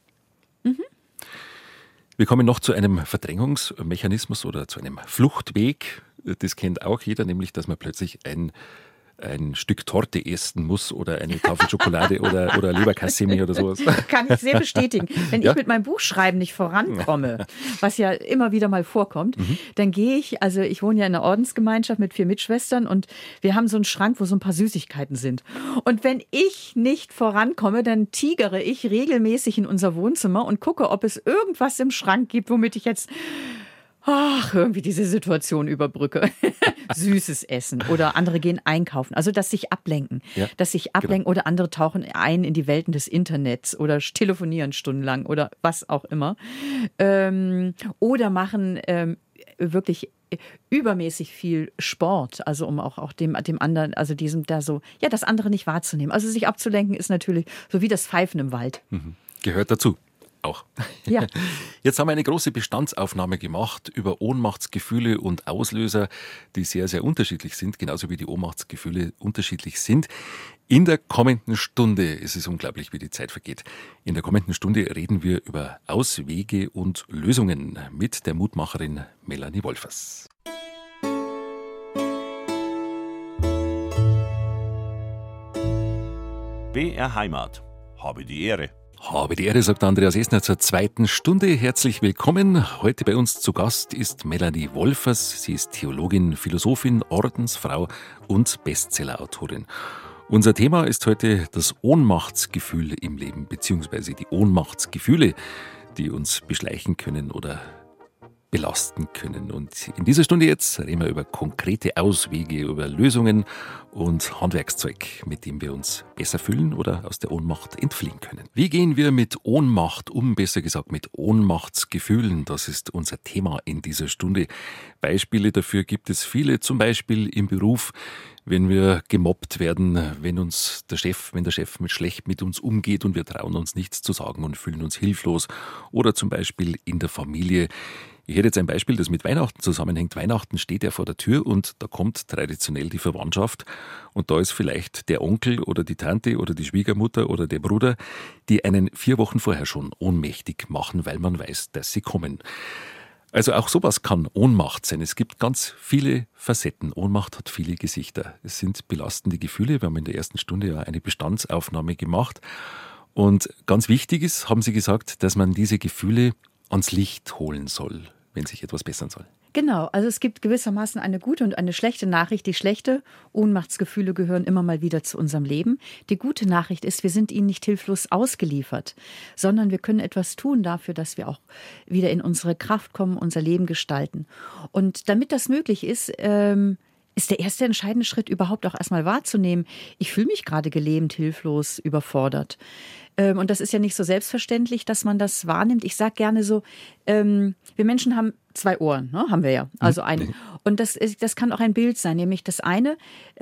Wir kommen noch zu einem Verdrängungsmechanismus oder zu einem Fluchtweg. Das kennt auch jeder, nämlich, dass man plötzlich ein Stück Torte essen muss oder eine Tafel Schokolade oder Leberkassemi oder sowas. Kann ich sehr bestätigen. Wenn ich mit meinem Buchschreiben nicht vorankomme, was ja immer wieder mal vorkommt, dann gehe ich wohne ja in einer Ordensgemeinschaft mit 4 Mitschwestern und wir haben so einen Schrank, wo so ein paar Süßigkeiten sind. Und wenn ich nicht vorankomme, dann tigere ich regelmäßig in unser Wohnzimmer und gucke, ob es irgendwas im Schrank gibt, womit ich jetzt irgendwie diese Situation überbrücke. Süßes Essen oder andere gehen einkaufen. Also, dass sich ablenken. Ja, genau. Oder andere tauchen ein in die Welten des Internets oder telefonieren stundenlang oder was auch immer. Oder machen wirklich übermäßig viel Sport, also um auch dem anderen, also diesem da so, ja, das andere nicht wahrzunehmen. Also sich abzulenken ist natürlich so wie das Pfeifen im Wald. Gehört dazu. Auch. Ja. Jetzt haben wir eine große Bestandsaufnahme gemacht über Ohnmachtsgefühle und Auslöser, die sehr, sehr unterschiedlich sind, genauso wie die Ohnmachtsgefühle unterschiedlich sind. In der kommenden Stunde, es ist unglaublich, wie die Zeit vergeht, in der kommenden Stunde reden wir über Auswege und Lösungen mit der Mutmacherin Melanie Wolfers. BR Heimat. Habe die Ehre. Habe die Ehre, sagt Andreas Esner zur 2. Stunde. Herzlich willkommen. Heute bei uns zu Gast ist Melanie Wolfers. Sie ist Theologin, Philosophin, Ordensfrau und Bestsellerautorin. Unser Thema ist heute das Ohnmachtsgefühl im Leben, beziehungsweise die Ohnmachtsgefühle, die uns beschleichen können oder belasten können. Und in dieser Stunde jetzt reden wir über konkrete Auswege, über Lösungen und Handwerkszeug, mit dem wir uns besser fühlen oder aus der Ohnmacht entfliehen können. Wie gehen wir mit Ohnmacht um, besser gesagt mit Ohnmachtsgefühlen? Das ist unser Thema in dieser Stunde. Beispiele dafür gibt es viele, zum Beispiel im Beruf, wenn wir gemobbt werden, wenn der Chef mit schlecht mit uns umgeht und wir trauen uns nichts zu sagen und fühlen uns hilflos, oder zum Beispiel in der Familie. Ich hätte jetzt ein Beispiel, das mit Weihnachten zusammenhängt. Weihnachten steht ja vor der Tür und da kommt traditionell die Verwandtschaft und da ist vielleicht der Onkel oder die Tante oder die Schwiegermutter oder der Bruder, die einen 4 Wochen vorher schon ohnmächtig machen, weil man weiß, dass sie kommen. Also auch sowas kann Ohnmacht sein. Es gibt ganz viele Facetten. Ohnmacht hat viele Gesichter. Es sind belastende Gefühle. Wir haben in der ersten Stunde ja eine Bestandsaufnahme gemacht. Und ganz wichtig ist, haben Sie gesagt, dass man diese Gefühle ans Licht holen soll, wenn sich etwas bessern soll. Genau, also es gibt gewissermaßen eine gute und eine schlechte Nachricht. Die schlechte Ohnmachtsgefühle gehören immer mal wieder zu unserem Leben. Die gute Nachricht ist, wir sind ihnen nicht hilflos ausgeliefert, sondern wir können etwas tun dafür, dass wir auch wieder in unsere Kraft kommen, unser Leben gestalten. Und damit das möglich ist der erste entscheidende Schritt überhaupt auch erstmal wahrzunehmen, ich fühle mich gerade gelähmt, hilflos, überfordert. Und das ist ja nicht so selbstverständlich, dass man das wahrnimmt. Ich sage gerne so, wir Menschen haben 2 Ohren, ne? Haben wir ja. Also ein. Und das kann auch ein Bild sein, nämlich das eine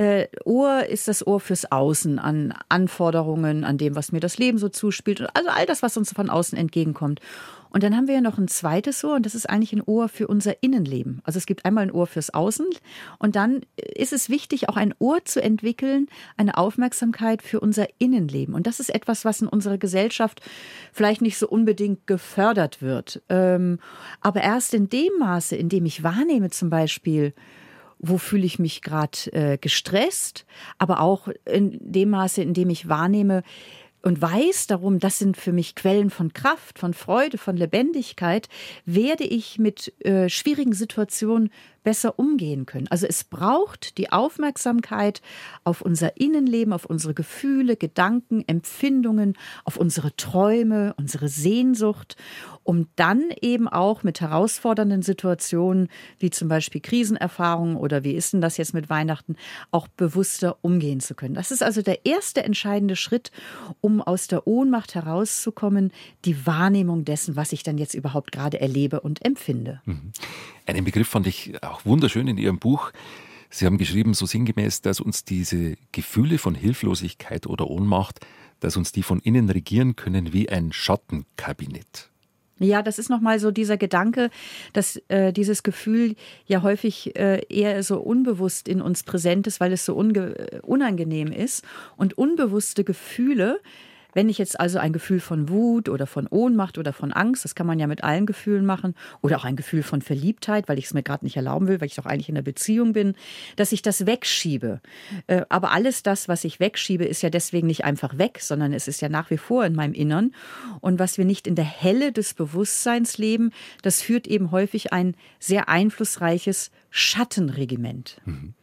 Ohr ist das Ohr fürs Außen, an Anforderungen, an dem, was mir das Leben so zuspielt. Also all das, was uns von außen entgegenkommt. Und dann haben wir ja noch ein zweites Ohr und das ist eigentlich ein Ohr für unser Innenleben. Also es gibt einmal ein Ohr fürs Außen und dann ist es wichtig, auch ein Ohr zu entwickeln, eine Aufmerksamkeit für unser Innenleben. Und das ist etwas, was in unserer Gesellschaft vielleicht nicht so unbedingt gefördert wird. Aber erst in dem Maße, in dem ich wahrnehme zum Beispiel, wo fühle ich mich gerade gestresst, aber auch in dem Maße, in dem ich wahrnehme, und weiß darum, das sind für mich Quellen von Kraft, von Freude, von Lebendigkeit, werde ich mit schwierigen Situationen besser umgehen können. Also es braucht die Aufmerksamkeit auf unser Innenleben, auf unsere Gefühle, Gedanken, Empfindungen, auf unsere Träume, unsere Sehnsucht, um dann eben auch mit herausfordernden Situationen, wie zum Beispiel Krisenerfahrungen oder wie ist denn das jetzt mit Weihnachten, auch bewusster umgehen zu können. Das ist also der erste entscheidende Schritt, um aus der Ohnmacht herauszukommen, die Wahrnehmung dessen, was ich dann jetzt überhaupt gerade erlebe und empfinde. Einen Begriff fand ich auch wunderschön in Ihrem Buch. Sie haben geschrieben, so sinngemäß, dass uns diese Gefühle von Hilflosigkeit oder Ohnmacht, dass uns die von innen regieren können wie ein Schattenkabinett. Ja, das ist nochmal so dieser Gedanke, dass dieses Gefühl ja häufig eher so unbewusst in uns präsent ist, weil es so unangenehm ist. Und unbewusste Gefühle, wenn ich jetzt also ein Gefühl von Wut oder von Ohnmacht oder von Angst, das kann man ja mit allen Gefühlen machen, oder auch ein Gefühl von Verliebtheit, weil ich es mir gerade nicht erlauben will, weil ich doch eigentlich in einer Beziehung bin, dass ich das wegschiebe. Aber alles das, was ich wegschiebe, ist ja deswegen nicht einfach weg, sondern es ist ja nach wie vor in meinem Innern. Und was wir nicht in der Helle des Bewusstseins leben, das führt eben häufig ein sehr einflussreiches Schattenregiment.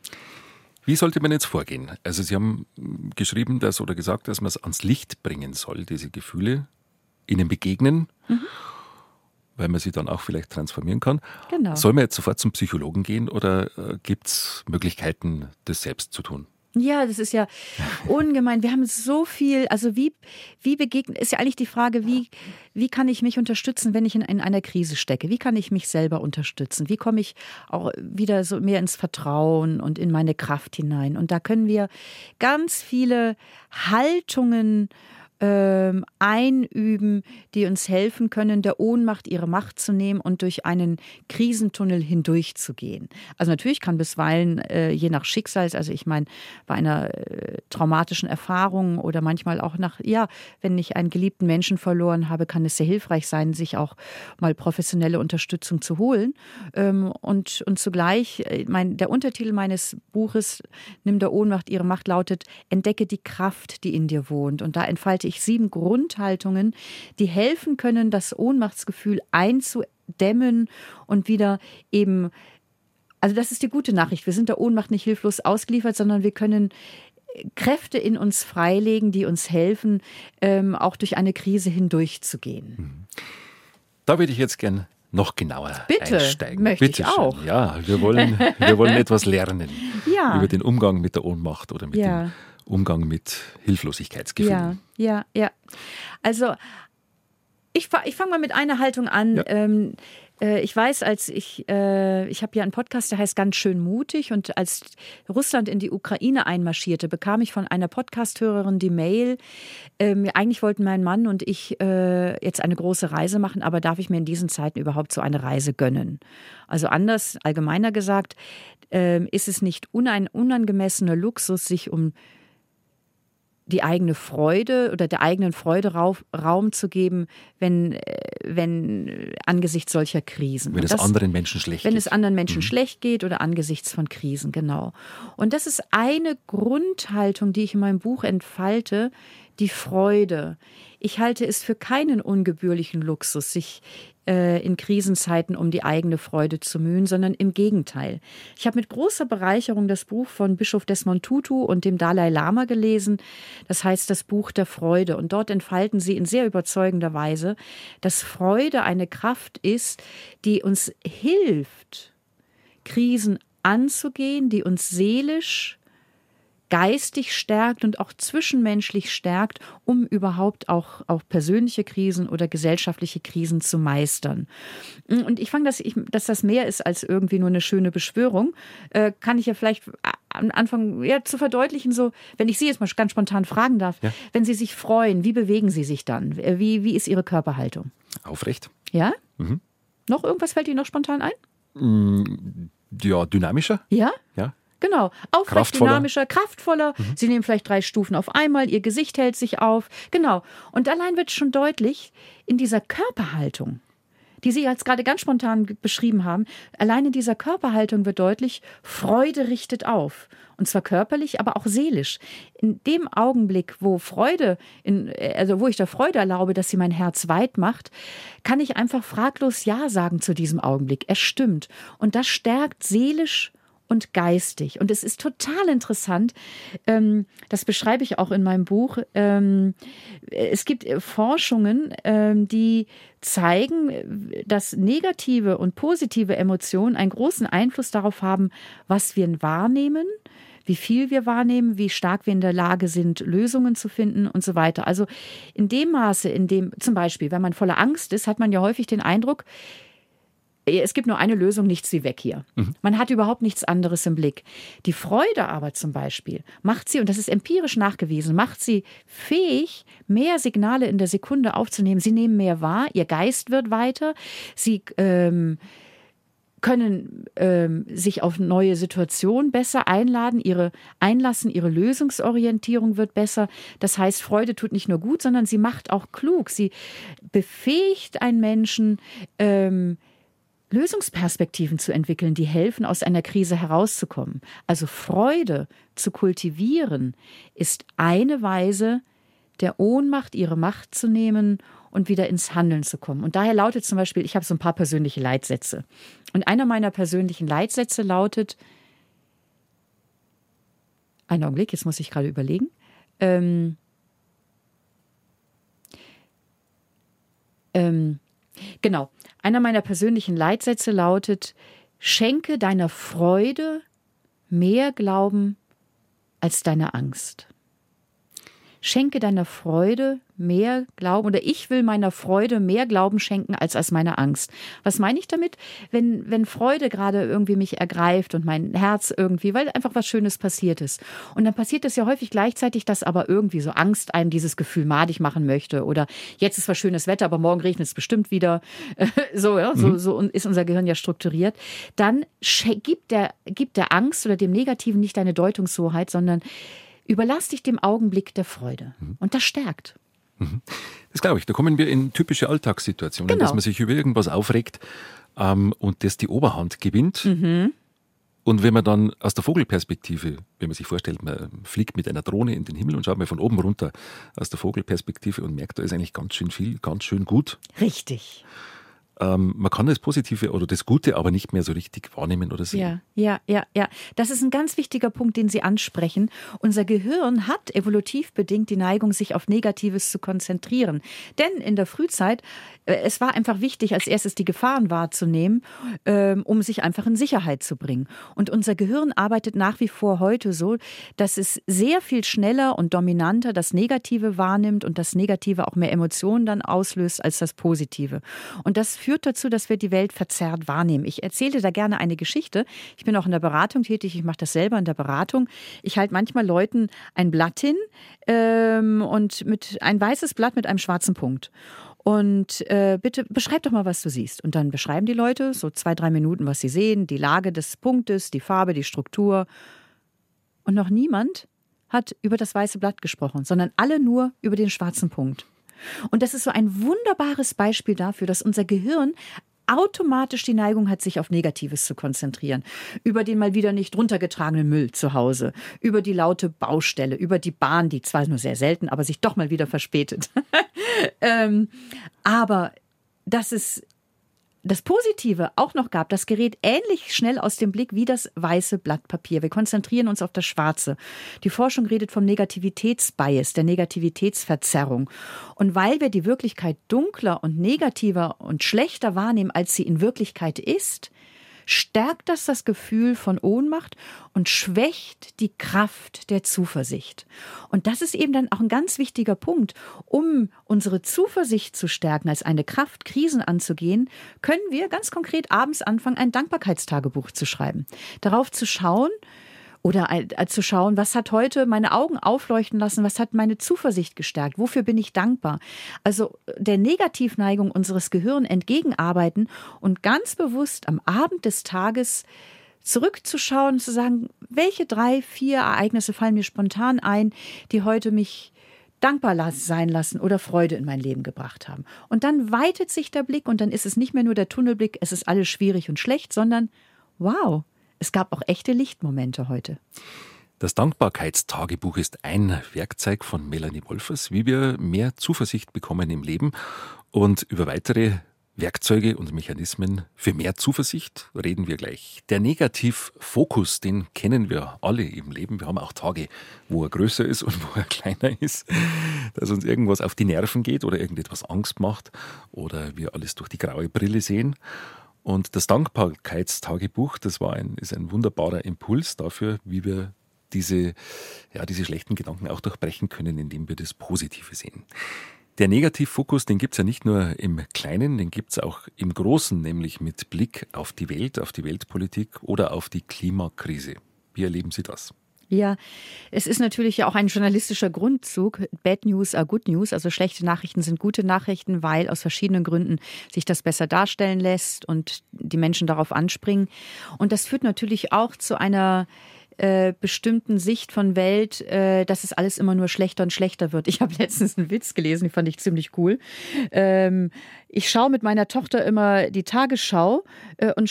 Wie sollte man jetzt vorgehen? Also Sie haben geschrieben, oder gesagt, dass man es ans Licht bringen soll, diese Gefühle, ihnen begegnen, weil man sie dann auch vielleicht transformieren kann. Genau. Soll man jetzt sofort zum Psychologen gehen oder gibt es Möglichkeiten, das selbst zu tun? Ja, das ist ja ungemein. Wir haben so viel, also wie begegnet, ist ja eigentlich die Frage, wie kann ich mich unterstützen, wenn ich in einer Krise stecke? Wie kann ich mich selber unterstützen? Wie komme ich auch wieder so mehr ins Vertrauen und in meine Kraft hinein? Und da können wir ganz viele Haltungen einüben, die uns helfen können, der Ohnmacht ihre Macht zu nehmen und durch einen Krisentunnel hindurchzugehen. Also natürlich kann bisweilen, je nach Schicksal, also ich meine, bei einer traumatischen Erfahrung oder manchmal auch wenn ich einen geliebten Menschen verloren habe, kann es sehr hilfreich sein, sich auch mal professionelle Unterstützung zu holen. Und zugleich, der Untertitel meines Buches, Nimm der Ohnmacht ihre Macht, lautet, entdecke die Kraft, die in dir wohnt. Und da entfalte ich 7 Grundhaltungen, die helfen können, das Ohnmachtsgefühl einzudämmen und wieder eben, also das ist die gute Nachricht, wir sind der Ohnmacht nicht hilflos ausgeliefert, sondern wir können Kräfte in uns freilegen, die uns helfen, auch durch eine Krise hindurchzugehen. Da würde ich jetzt gern noch genauer Bitte, einsteigen. Möchte Bitte ich auch. Schön. Ja, wir wollen etwas lernen Ja. über den Umgang mit der Ohnmacht oder mit dem Umgang mit Hilflosigkeitsgefühlen. Ja. Also ich fange mal mit einer Haltung an. Ja. Ich weiß, ich habe ja einen Podcast, der heißt Ganz schön mutig, und als Russland in die Ukraine einmarschierte, bekam ich von einer Podcasthörerin die Mail, eigentlich wollten mein Mann und ich jetzt eine große Reise machen, aber darf ich mir in diesen Zeiten überhaupt so eine Reise gönnen? Also anders, allgemeiner gesagt, ist es nicht ein unangemessener Luxus, sich um die eigene Freude oder der eigenen Freude Raum zu geben, wenn angesichts solcher Krisen. Wenn es anderen Menschen schlecht geht. Wenn es anderen Menschen schlecht geht oder angesichts von Krisen, genau. Und das ist eine Grundhaltung, die ich in meinem Buch entfalte, die Freude. Ich halte es für keinen ungebührlichen Luxus, sich in Krisenzeiten um die eigene Freude zu mühen, sondern im Gegenteil. Ich habe mit großer Bereicherung das Buch von Bischof Desmond Tutu und dem Dalai Lama gelesen. Das heißt das Buch der Freude. Und dort entfalten sie in sehr überzeugender Weise, dass Freude eine Kraft ist, die uns hilft, Krisen anzugehen, die uns seelisch, geistig stärkt und auch zwischenmenschlich stärkt, um überhaupt auch persönliche Krisen oder gesellschaftliche Krisen zu meistern. Und ich fange, dass das mehr ist als irgendwie nur eine schöne Beschwörung, kann ich ja vielleicht am Anfang zu verdeutlichen, so, wenn ich Sie jetzt mal ganz spontan fragen darf, wenn Sie sich freuen, wie bewegen Sie sich dann? Wie ist Ihre Körperhaltung? Aufrecht. Ja? Mhm. Noch irgendwas fällt Ihnen noch spontan ein? Ja, dynamischer. Ja? Ja. Genau, aufrecht, kraftvoller. Dynamischer, kraftvoller. Sie nehmen vielleicht 3 Stufen auf einmal, Ihr Gesicht hält sich auf. Genau. Und allein wird schon deutlich, in dieser Körperhaltung, die Sie jetzt gerade ganz spontan beschrieben haben, allein in dieser Körperhaltung wird deutlich, Freude richtet auf. Und zwar körperlich, aber auch seelisch. In dem Augenblick, wo wo ich der Freude erlaube, dass sie mein Herz weit macht, kann ich einfach fraglos Ja sagen zu diesem Augenblick. Es stimmt. Und das stärkt seelisch und geistig. Und es ist total interessant, das beschreibe ich auch in meinem Buch, es gibt Forschungen, die zeigen, dass negative und positive Emotionen einen großen Einfluss darauf haben, was wir wahrnehmen, wie viel wir wahrnehmen, wie stark wir in der Lage sind, Lösungen zu finden und so weiter. Also in dem Maße, in dem zum Beispiel, wenn man voller Angst ist, hat man ja häufig den Eindruck, es gibt nur eine Lösung, nichts wie weg hier. Man hat überhaupt nichts anderes im Blick. Die Freude aber zum Beispiel macht sie, und das ist empirisch nachgewiesen, macht sie fähig, mehr Signale in der Sekunde aufzunehmen. Sie nehmen mehr wahr, ihr Geist wird weiter, sie können sich auf neue Situationen besser einlassen, ihre Lösungsorientierung wird besser. Das heißt, Freude tut nicht nur gut, sondern sie macht auch klug. Sie befähigt einen Menschen, Lösungsperspektiven zu entwickeln, die helfen, aus einer Krise herauszukommen. Also Freude zu kultivieren ist eine Weise, der Ohnmacht ihre Macht zu nehmen und wieder ins Handeln zu kommen. Und daher lautet zum Beispiel, ich habe so ein paar persönliche Leitsätze. Und einer meiner persönlichen Leitsätze lautet, einen Augenblick, jetzt muss ich gerade überlegen, genau. Einer meiner persönlichen Leitsätze lautet, schenke deiner Freude mehr Glauben als deiner Angst. Schenke deiner Freude mehr Glauben, oder ich will meiner Freude mehr Glauben schenken als meiner Angst. Was meine ich damit? Wenn Freude gerade irgendwie mich ergreift und mein Herz irgendwie, weil einfach was Schönes passiert ist. Und dann passiert es ja häufig gleichzeitig, dass aber irgendwie so Angst einem dieses Gefühl madig machen möchte. Oder jetzt ist was schönes Wetter, aber morgen regnet es bestimmt wieder. So ist unser Gehirn ja strukturiert. Dann gibt der Angst oder dem Negativen nicht deine Deutungshoheit, sondern überlass dich dem Augenblick der Freude. Und das stärkt. Das glaube ich. Da kommen wir in typische Alltagssituationen, Genau. dass man sich über irgendwas aufregt und das die Oberhand gewinnt. Und wenn man dann aus der Vogelperspektive, wenn man sich vorstellt, man fliegt mit einer Drohne in den Himmel und schaut mal von oben runter aus der Vogelperspektive und merkt, da ist eigentlich ganz schön viel, ganz schön gut. Richtig. man kann das Positive oder das Gute aber nicht mehr so richtig wahrnehmen oder sehen. Ja. Das ist ein ganz wichtiger Punkt, den Sie ansprechen. Unser Gehirn hat evolutiv bedingt die Neigung, sich auf Negatives zu konzentrieren. Denn in der Frühzeit, es war einfach wichtig, als erstes die Gefahren wahrzunehmen, um sich einfach in Sicherheit zu bringen. Und unser Gehirn arbeitet nach wie vor heute so, dass es sehr viel schneller und dominanter das Negative wahrnimmt und das Negative auch mehr Emotionen dann auslöst als das Positive. Und das führt dazu, dass wir die Welt verzerrt wahrnehmen. Ich erzähle da gerne eine Geschichte. Ich bin auch in der Beratung tätig, ich mache das selber in der Beratung. Ich halte manchmal Leuten ein Blatt hin und mit ein weißes Blatt mit einem schwarzen Punkt. Und bitte beschreib doch mal, was du siehst. Und dann beschreiben die Leute so 2-3 Minuten, was sie sehen, die Lage des Punktes, die Farbe, die Struktur. Und noch niemand hat über das weiße Blatt gesprochen, sondern alle nur über den schwarzen Punkt. Und das ist so ein wunderbares Beispiel dafür, dass unser Gehirn automatisch die Neigung hat, sich auf Negatives zu konzentrieren. Über den mal wieder nicht runtergetragenen Müll zu Hause, über die laute Baustelle, über die Bahn, die zwar nur sehr selten, aber sich doch mal wieder verspätet. Aber dass es das Positive auch noch gab, das gerät ähnlich schnell aus dem Blick wie das weiße Blatt Papier. Wir konzentrieren uns auf das Schwarze. Die Forschung redet vom Negativitätsbias, der Negativitätsverzerrung. Und weil wir die Wirklichkeit dunkler und negativer und schlechter wahrnehmen, als sie in Wirklichkeit ist, stärkt das Gefühl von Ohnmacht und schwächt die Kraft der Zuversicht. Und das ist eben dann auch ein ganz wichtiger Punkt. Um unsere Zuversicht zu stärken, als eine Kraft, Krisen anzugehen, können wir ganz konkret abends anfangen, ein Dankbarkeitstagebuch zu schreiben. Darauf zu schauen, oder zu schauen, was hat heute meine Augen aufleuchten lassen, was hat meine Zuversicht gestärkt, wofür bin ich dankbar. Also der Negativneigung unseres Gehirns entgegenarbeiten und ganz bewusst am Abend des Tages zurückzuschauen und zu sagen, welche 3, 4 Ereignisse fallen mir spontan ein, die heute mich dankbar sein lassen oder Freude in mein Leben gebracht haben. Und dann weitet sich der Blick und dann ist es nicht mehr nur der Tunnelblick, es ist alles schwierig und schlecht, sondern wow, es gab auch echte Lichtmomente heute. Das Dankbarkeitstagebuch ist ein Werkzeug von Melanie Wolfers, wie wir mehr Zuversicht bekommen im Leben. Und über weitere Werkzeuge und Mechanismen für mehr Zuversicht reden wir gleich. Der Negativfokus, den kennen wir alle im Leben. Wir haben auch Tage, wo er größer ist und wo er kleiner ist, dass uns irgendwas auf die Nerven geht oder irgendetwas Angst macht oder wir alles durch die graue Brille sehen. Und das Dankbarkeitstagebuch, das ist ein wunderbarer Impuls dafür, wie wir diese schlechten Gedanken auch durchbrechen können, indem wir das Positive sehen. Der Negativfokus, den gibt es ja nicht nur im Kleinen, den gibt es auch im Großen, nämlich mit Blick auf die Welt, auf die Weltpolitik oder auf die Klimakrise. Wie erleben Sie das? Ja, es ist natürlich ja auch ein journalistischer Grundzug. Bad News are good news, also schlechte Nachrichten sind gute Nachrichten, weil aus verschiedenen Gründen sich das besser darstellen lässt und die Menschen darauf anspringen. Und das führt natürlich auch zu einer bestimmten Sicht von Welt, dass es alles immer nur schlechter und schlechter wird. Ich habe letztens einen Witz gelesen, den fand ich ziemlich cool. Ich schaue mit meiner Tochter immer die Tagesschau und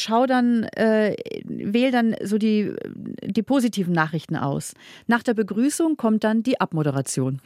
wähle dann so die positiven Nachrichten aus. Nach der Begrüßung kommt dann die Abmoderation.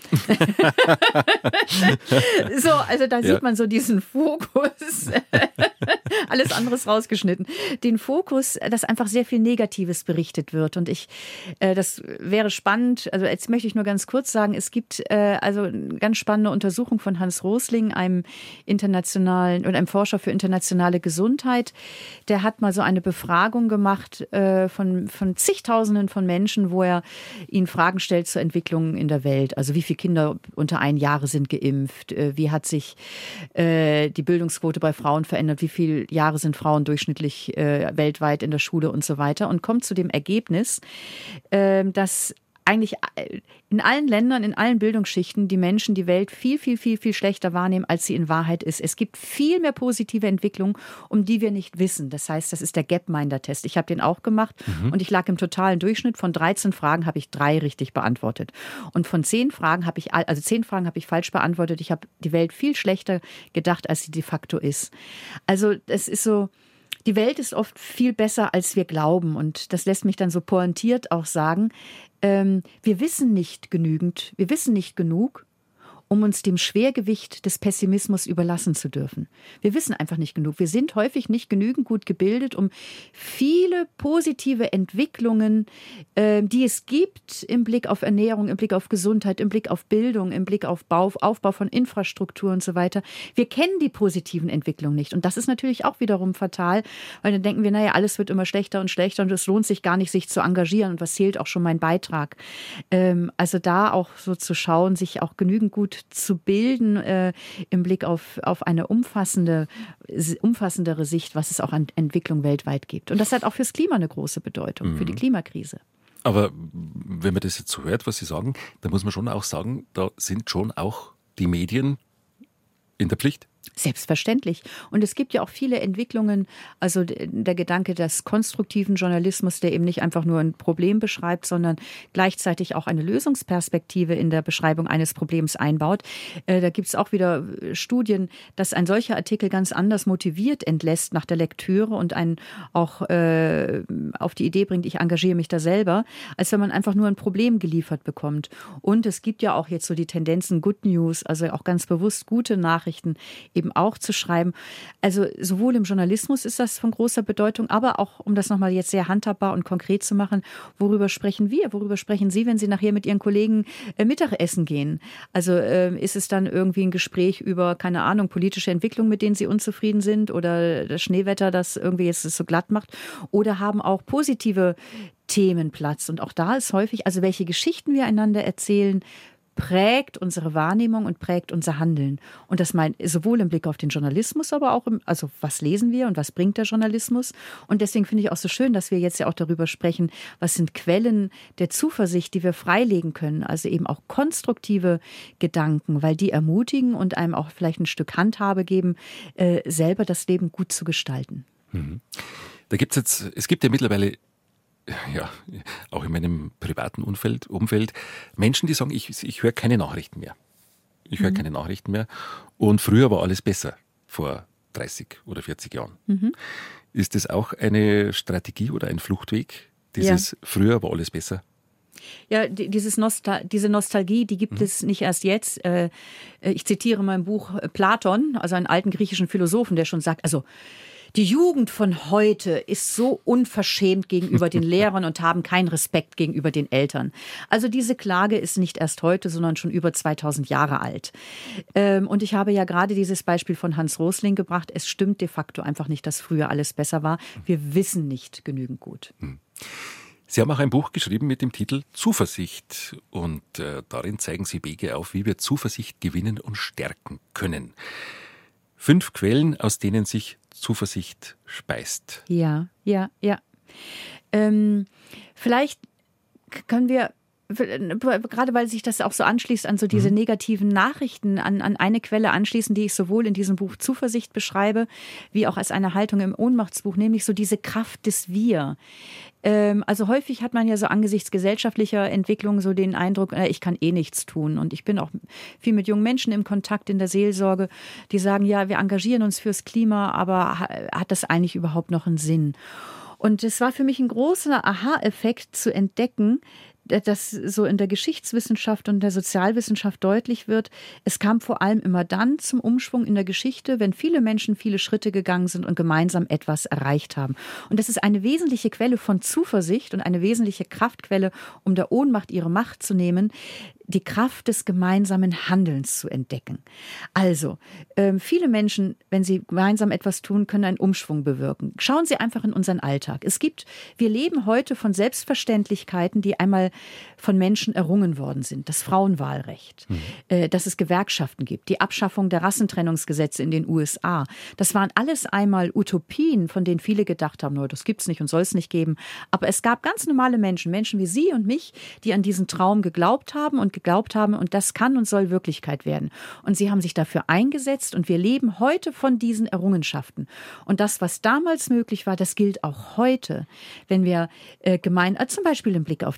So, also da sieht man so diesen Fokus. Alles andere ist rausgeschnitten. Den Fokus, dass einfach sehr viel Negatives berichtet wird. Und das wäre spannend. Also jetzt möchte ich nur ganz kurz sagen, es gibt also eine ganz spannende Untersuchung von Hans Rosling, einem Forscher für internationale Gesundheit. Der hat mal so eine Befragung gemacht von zigtausenden von Menschen, wo er ihnen Fragen stellt zur Entwicklung in der Welt. Also wie viele Kinder unter 1 Jahr sind geimpft? Wie hat sich die Bildungsquote bei Frauen verändert? Wie viele Jahre sind Frauen durchschnittlich weltweit in der Schule und so weiter? Und kommt zu dem Ergebnis, dass eigentlich in allen Ländern, in allen Bildungsschichten die Menschen die Welt viel, viel, viel, viel schlechter wahrnehmen, als sie in Wahrheit ist. Es gibt viel mehr positive Entwicklungen, um die wir nicht wissen. Das heißt, das ist der Gapminder-Test. Ich habe den auch gemacht und ich lag im totalen Durchschnitt. Von 13 Fragen habe ich 3 richtig beantwortet. Und von 10 Fragen habe ich falsch beantwortet. Ich habe die Welt viel schlechter gedacht, als sie de facto ist. Also das ist so, die Welt ist oft viel besser, als wir glauben. Und das lässt mich dann so pointiert auch sagen, wir wissen nicht genügend, wir wissen nicht genug, um uns dem Schwergewicht des Pessimismus überlassen zu dürfen. Wir wissen einfach nicht genug. Wir sind häufig nicht genügend gut gebildet, um viele positive Entwicklungen, die es gibt im Blick auf Ernährung, im Blick auf Gesundheit, im Blick auf Bildung, im Blick auf Aufbau von Infrastruktur und so weiter. Wir kennen die positiven Entwicklungen nicht. Und das ist natürlich auch wiederum fatal, weil dann denken wir, naja, alles wird immer schlechter und schlechter und es lohnt sich gar nicht, sich zu engagieren. Und was zählt auch schon mein Beitrag? Also da auch so zu schauen, sich auch genügend gut zu bilden im Blick auf eine umfassendere Sicht, was es auch an Entwicklung weltweit gibt. Und das hat auch fürs Klima eine große Bedeutung, für die Klimakrise. Aber wenn man das jetzt so hört, was Sie sagen, dann muss man schon auch sagen, da sind schon auch die Medien in der Pflicht. Selbstverständlich. Und es gibt ja auch viele Entwicklungen, also der Gedanke des konstruktiven Journalismus, der eben nicht einfach nur ein Problem beschreibt, sondern gleichzeitig auch eine Lösungsperspektive in der Beschreibung eines Problems einbaut. Da gibt es auch wieder Studien, dass ein solcher Artikel ganz anders motiviert entlässt nach der Lektüre und einen auch auf die Idee bringt, ich engagiere mich da selber, als wenn man einfach nur ein Problem geliefert bekommt. Und es gibt ja auch jetzt so die Tendenzen Good News, also auch ganz bewusst gute Nachrichten eben auch zu schreiben. Also sowohl im Journalismus ist das von großer Bedeutung, aber auch, um das nochmal jetzt sehr handhabbar und konkret zu machen, worüber sprechen wir? Worüber sprechen Sie, wenn Sie nachher mit Ihren Kollegen Mittagessen gehen? Also ist es dann irgendwie ein Gespräch über, keine Ahnung, politische Entwicklung, mit denen Sie unzufrieden sind oder das Schneewetter, das irgendwie jetzt so glatt macht? Oder haben auch positive Themen Platz? Und auch da ist häufig, also welche Geschichten wir einander erzählen, prägt unsere Wahrnehmung und prägt unser Handeln. Und das meint sowohl im Blick auf den Journalismus, aber auch also was lesen wir und was bringt der Journalismus? Und deswegen finde ich auch so schön, dass wir jetzt ja auch darüber sprechen, was sind Quellen der Zuversicht, die wir freilegen können. Also eben auch konstruktive Gedanken, weil die ermutigen und einem auch vielleicht ein Stück Handhabe geben, selber das Leben gut zu gestalten. Da es gibt ja mittlerweile auch in meinem privaten Umfeld Menschen, die sagen, ich höre keine Nachrichten mehr. Ich höre keine Nachrichten mehr. Und früher war alles besser, vor 30 oder 40 Jahren. Ist das auch eine Strategie oder ein Fluchtweg? Früher war alles besser? Ja, diese Nostalgie, die gibt es nicht erst jetzt. Ich zitiere mein Buch Platon, also einen alten griechischen Philosophen, der schon sagt, also die Jugend von heute ist so unverschämt gegenüber den Lehrern und haben keinen Respekt gegenüber den Eltern. Also diese Klage ist nicht erst heute, sondern schon über 2000 Jahre alt. Und ich habe ja gerade dieses Beispiel von Hans Rosling gebracht. Es stimmt de facto einfach nicht, dass früher alles besser war. Wir wissen nicht genügend gut. Sie haben auch ein Buch geschrieben mit dem Titel Zuversicht und darin zeigen Sie Wege auf, wie wir Zuversicht gewinnen und stärken können. 5 Quellen, aus denen sich Zuversicht speist. Ja. Vielleicht können wir, gerade weil sich das auch so anschließt an so diese negativen Nachrichten, an eine Quelle anschließen, die ich sowohl in diesem Buch Zuversicht beschreibe, wie auch als eine Haltung im Ohnmachtsbuch, nämlich so diese Kraft des Wir. Also häufig hat man ja so angesichts gesellschaftlicher Entwicklung so den Eindruck, ich kann eh nichts tun. Und ich bin auch viel mit jungen Menschen im Kontakt in der Seelsorge, die sagen, ja, wir engagieren uns fürs Klima, aber hat das eigentlich überhaupt noch einen Sinn? Und es war für mich ein großer Aha-Effekt zu entdecken, dass so in der Geschichtswissenschaft und der Sozialwissenschaft deutlich wird, es kam vor allem immer dann zum Umschwung in der Geschichte, wenn viele Menschen viele Schritte gegangen sind und gemeinsam etwas erreicht haben. Und das ist eine wesentliche Quelle von Zuversicht und eine wesentliche Kraftquelle, um der Ohnmacht ihre Macht zu nehmen, die Kraft des gemeinsamen Handelns zu entdecken. Also, viele Menschen, wenn sie gemeinsam etwas tun, können einen Umschwung bewirken. Schauen Sie einfach in unseren Alltag. Wir leben heute von Selbstverständlichkeiten, die einmal von Menschen errungen worden sind. Das Frauenwahlrecht, dass es Gewerkschaften gibt, die Abschaffung der Rassentrennungsgesetze in den USA. Das waren alles einmal Utopien, von denen viele gedacht haben, das gibt's nicht und soll es nicht geben. Aber es gab ganz normale Menschen wie Sie und mich, die an diesen Traum geglaubt haben und das kann und soll Wirklichkeit werden. Und sie haben sich dafür eingesetzt und wir leben heute von diesen Errungenschaften. Und das, was damals möglich war, das gilt auch heute, wenn wir zum Beispiel im Blick auf das Klima,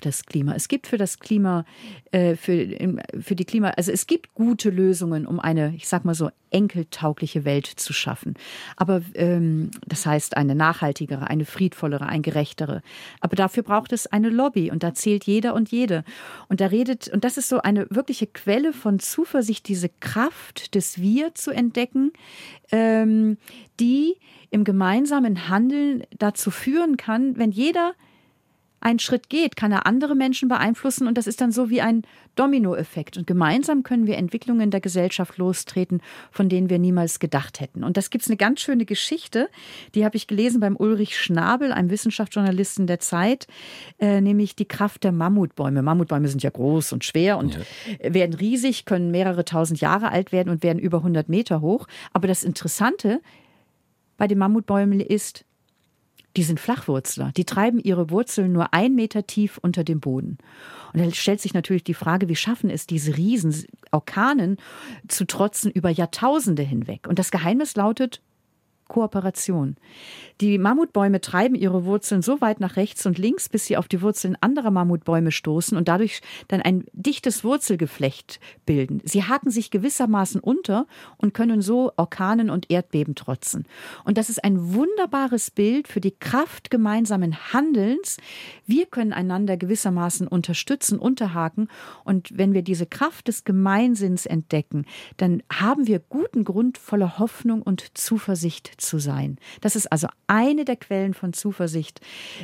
Klima. Es gibt für das Klima, für die also es gibt gute Lösungen, um eine, ich sag mal so, enkeltaugliche Welt zu schaffen. Aber das heißt eine nachhaltigere, eine friedvollere, eine gerechtere. Aber dafür braucht es eine Lobby und da zählt jeder und jede. Und und das ist so eine wirkliche Quelle von Zuversicht, diese Kraft des Wir zu entdecken, die im gemeinsamen Handeln dazu führen kann, wenn jeder einen Schritt geht, kann er andere Menschen beeinflussen und das ist dann so wie ein Dominoeffekt. Und gemeinsam können wir Entwicklungen der Gesellschaft lostreten, von denen wir niemals gedacht hätten. Und das gibt es eine ganz schöne Geschichte, die habe ich gelesen beim Ulrich Schnabel, einem Wissenschaftsjournalisten der Zeit, nämlich die Kraft der Mammutbäume. Mammutbäume sind ja groß und schwer und werden riesig, können mehrere tausend Jahre alt werden und werden über 100 Meter hoch. Aber das Interessante bei den Mammutbäumen ist, die sind Flachwurzler. Die treiben ihre Wurzeln nur 1 Meter tief unter dem Boden. Und da stellt sich natürlich die Frage, wie schaffen es diese riesen Orkanen zu trotzen über Jahrtausende hinweg? Und das Geheimnis lautet Kooperation. Die Mammutbäume treiben ihre Wurzeln so weit nach rechts und links, bis sie auf die Wurzeln anderer Mammutbäume stoßen und dadurch dann ein dichtes Wurzelgeflecht bilden. Sie haken sich gewissermaßen unter und können so Orkanen und Erdbeben trotzen. Und das ist ein wunderbares Bild für die Kraft gemeinsamen Handelns. Wir können einander gewissermaßen unterstützen, unterhaken. Und wenn wir diese Kraft des Gemeinsinns entdecken, dann haben wir guten Grund, voller Hoffnung und Zuversicht zu sein. Das ist also eine der Quellen von Zuversicht,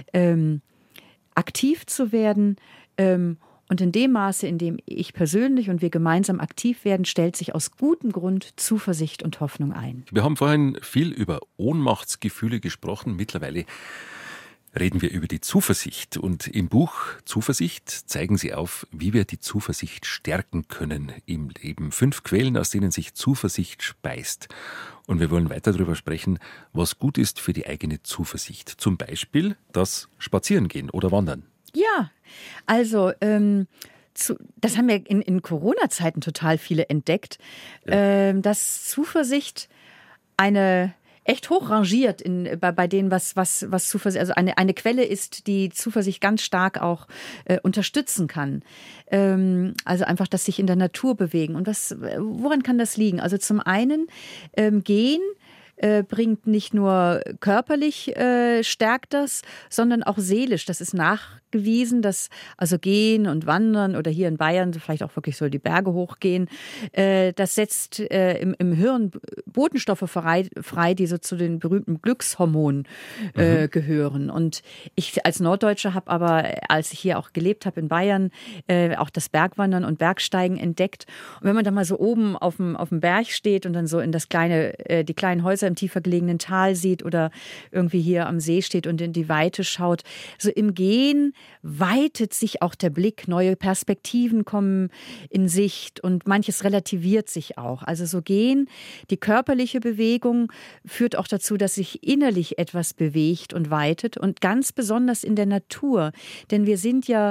aktiv zu werden. Und in dem Maße, in dem ich persönlich und wir gemeinsam aktiv werden, stellt sich aus gutem Grund Zuversicht und Hoffnung ein. Wir haben vorhin viel über Ohnmachtsgefühle gesprochen. Mittlerweile reden wir über die Zuversicht. Und im Buch Zuversicht zeigen Sie auf, wie wir die Zuversicht stärken können im Leben. 5 Quellen, aus denen sich Zuversicht speist. Und wir wollen weiter darüber sprechen, was gut ist für die eigene Zuversicht. Zum Beispiel das Spazierengehen oder Wandern. Ja, also das haben wir in Corona-Zeiten total viele entdeckt, dass Zuversicht echt hoch rangiert bei denen, was Zuversicht, also eine Quelle ist, die Zuversicht ganz stark auch unterstützen kann. Also einfach, dass sich in der Natur bewegen. Und woran kann das liegen? Also zum einen gehen bringt nicht nur körperlich stärkt das, sondern auch seelisch. Das ist nachgewiesen, dass also Gehen und Wandern oder hier in Bayern vielleicht auch wirklich so die Berge hochgehen, das setzt im Hirn Botenstoffe frei, die so zu den berühmten Glückshormonen gehören. Und ich als Norddeutsche habe aber, als ich hier auch gelebt habe in Bayern, auch das Bergwandern und Bergsteigen entdeckt. Und wenn man da mal so oben auf dem Berg steht und dann so in die kleinen Häuser im tiefer gelegenen Tal sieht oder irgendwie hier am See steht und in die Weite schaut. So im Gehen weitet sich auch der Blick, neue Perspektiven kommen in Sicht und manches relativiert sich auch. Also so Gehen, die körperliche Bewegung führt auch dazu, dass sich innerlich etwas bewegt und weitet und ganz besonders in der Natur. Denn wir sind ja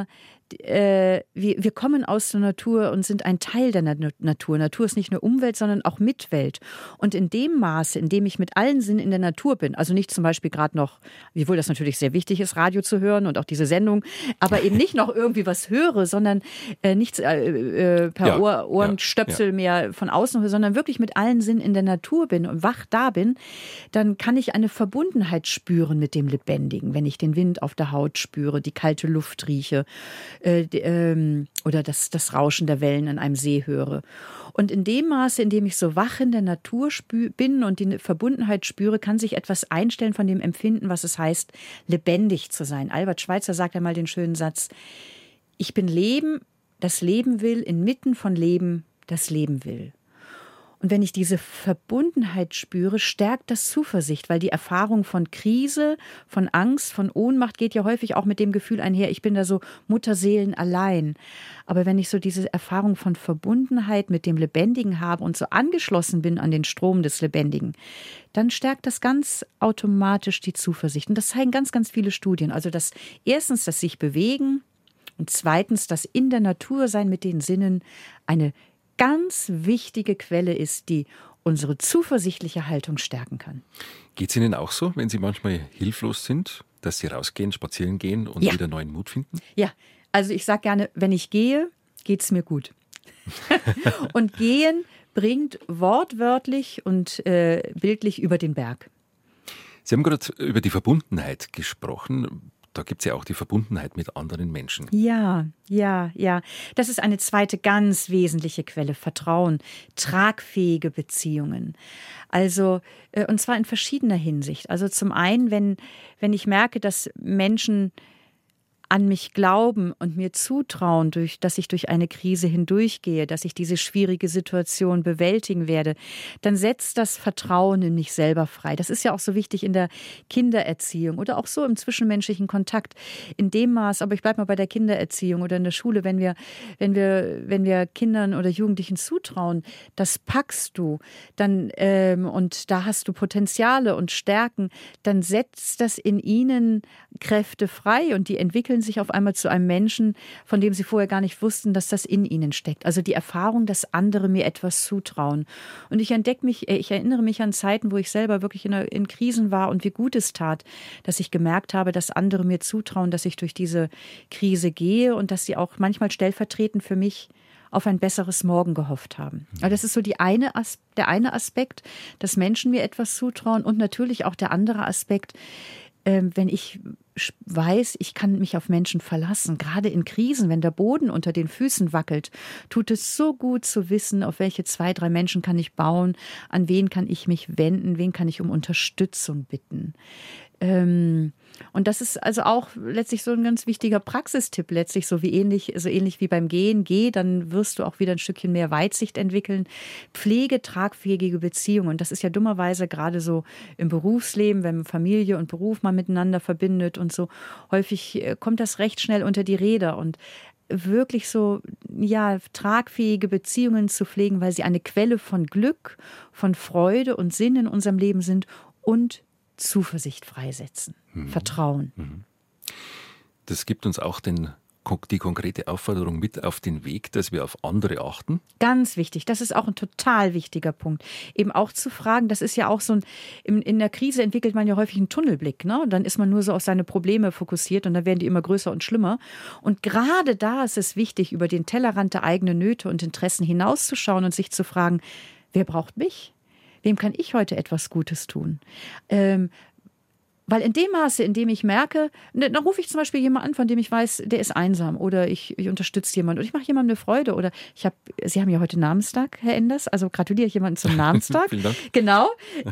wir kommen aus der Natur und sind ein Teil der Natur. Natur ist nicht nur Umwelt, sondern auch Mitwelt. Und in dem Maße, in dem ich mit allen Sinnen in der Natur bin, also nicht zum Beispiel gerade noch, obwohl das natürlich sehr wichtig ist, Radio zu hören und auch diese Sendung, aber eben nicht noch irgendwie was höre, sondern nichts per Ohrenstöpsel mehr von außen höre, sondern wirklich mit allen Sinnen in der Natur bin und wach da bin, dann kann ich eine Verbundenheit spüren mit dem Lebendigen, wenn ich den Wind auf der Haut spüre, die kalte Luft rieche, oder das Rauschen der Wellen an einem See höre. Und in dem Maße, in dem ich so wach in der Natur bin und die Verbundenheit spüre, kann sich etwas einstellen von dem Empfinden, was es heißt, lebendig zu sein. Albert Schweitzer sagt einmal den schönen Satz: Ich bin Leben, das Leben will, inmitten von Leben, das Leben will. Und wenn ich diese Verbundenheit spüre, stärkt das Zuversicht, weil die Erfahrung von Krise, von Angst, von Ohnmacht geht ja häufig auch mit dem Gefühl einher, ich bin da so Mutterseelen allein. Aber wenn ich so diese Erfahrung von Verbundenheit mit dem Lebendigen habe und so angeschlossen bin an den Strom des Lebendigen, dann stärkt das ganz automatisch die Zuversicht. Und das zeigen ganz, ganz viele Studien. Also erstens das sich bewegen und zweitens das in der Natur sein mit den Sinnen eine ganz wichtige Quelle ist, die unsere zuversichtliche Haltung stärken kann. Geht es Ihnen auch so, wenn Sie manchmal hilflos sind, dass Sie rausgehen, spazieren gehen und wieder neuen Mut finden? Ja, Also ich sage gerne, wenn ich gehe, geht es mir gut. Und gehen bringt wortwörtlich und bildlich über den Berg. Sie haben gerade über die Verbundenheit gesprochen. Da gibt es ja auch die Verbundenheit mit anderen Menschen. Ja. Das ist eine zweite ganz wesentliche Quelle. Vertrauen, tragfähige Beziehungen. Also, und zwar in verschiedener Hinsicht. Also zum einen, wenn ich merke, dass Menschen an mich glauben und mir zutrauen, dass ich durch eine Krise hindurchgehe, dass ich diese schwierige Situation bewältigen werde, dann setzt das Vertrauen in mich selber frei. Das ist ja auch so wichtig in der Kindererziehung oder auch so im zwischenmenschlichen Kontakt. In dem Maß, aber ich bleibe mal bei der Kindererziehung oder in der Schule, wenn wir Kindern oder Jugendlichen zutrauen, das packst du, dann und da hast du Potenziale und Stärken, dann setzt das in ihnen Kräfte frei und die entwickeln sich auf einmal zu einem Menschen, von dem sie vorher gar nicht wussten, dass das in ihnen steckt. Also die Erfahrung, dass andere mir etwas zutrauen. Und ich erinnere mich an Zeiten, wo ich selber wirklich in Krisen war und wie gut es tat, dass ich gemerkt habe, dass andere mir zutrauen, dass ich durch diese Krise gehe und dass sie auch manchmal stellvertretend für mich auf ein besseres Morgen gehofft haben. Also das ist so der eine Aspekt, dass Menschen mir etwas zutrauen und natürlich auch der andere Aspekt, wenn ich weiß, ich kann mich auf Menschen verlassen, gerade in Krisen, wenn der Boden unter den Füßen wackelt, tut es so gut zu wissen, auf welche 2, 3 Menschen kann ich bauen, an wen kann ich mich wenden, wen kann ich um Unterstützung bitten. Und das ist also auch letztlich so ein ganz wichtiger Praxistipp, letztlich so ähnlich wie beim Gehen. Geh, dann wirst du auch wieder ein Stückchen mehr Weitsicht entwickeln. Pflege tragfähige Beziehungen. Und das ist ja dummerweise gerade so im Berufsleben, wenn man Familie und Beruf mal miteinander verbindet und so. Häufig kommt das recht schnell unter die Räder und wirklich so, ja, tragfähige Beziehungen zu pflegen, weil sie eine Quelle von Glück, von Freude und Sinn in unserem Leben sind und Zuversicht freisetzen, Vertrauen. Das gibt uns auch die konkrete Aufforderung mit auf den Weg, dass wir auf andere achten. Ganz wichtig, das ist auch ein total wichtiger Punkt. Eben auch zu fragen, das ist ja auch so in der Krise entwickelt man ja häufig einen Tunnelblick, ne? Dann ist man nur so auf seine Probleme fokussiert und dann werden die immer größer und schlimmer. Und gerade da ist es wichtig, über den Tellerrand der eigenen Nöte und Interessen hinauszuschauen und sich zu fragen, wer braucht mich? Wem kann ich heute etwas Gutes tun? Weil in dem Maße, in dem ich merke, dann rufe ich zum Beispiel jemanden an, von dem ich weiß, der ist einsam oder ich unterstütze jemanden oder ich mache jemandem eine Freude oder Sie haben ja heute Namenstag, Herr Enders, also gratuliere ich jemandem zum Namenstag. Vielen Dank. Genau.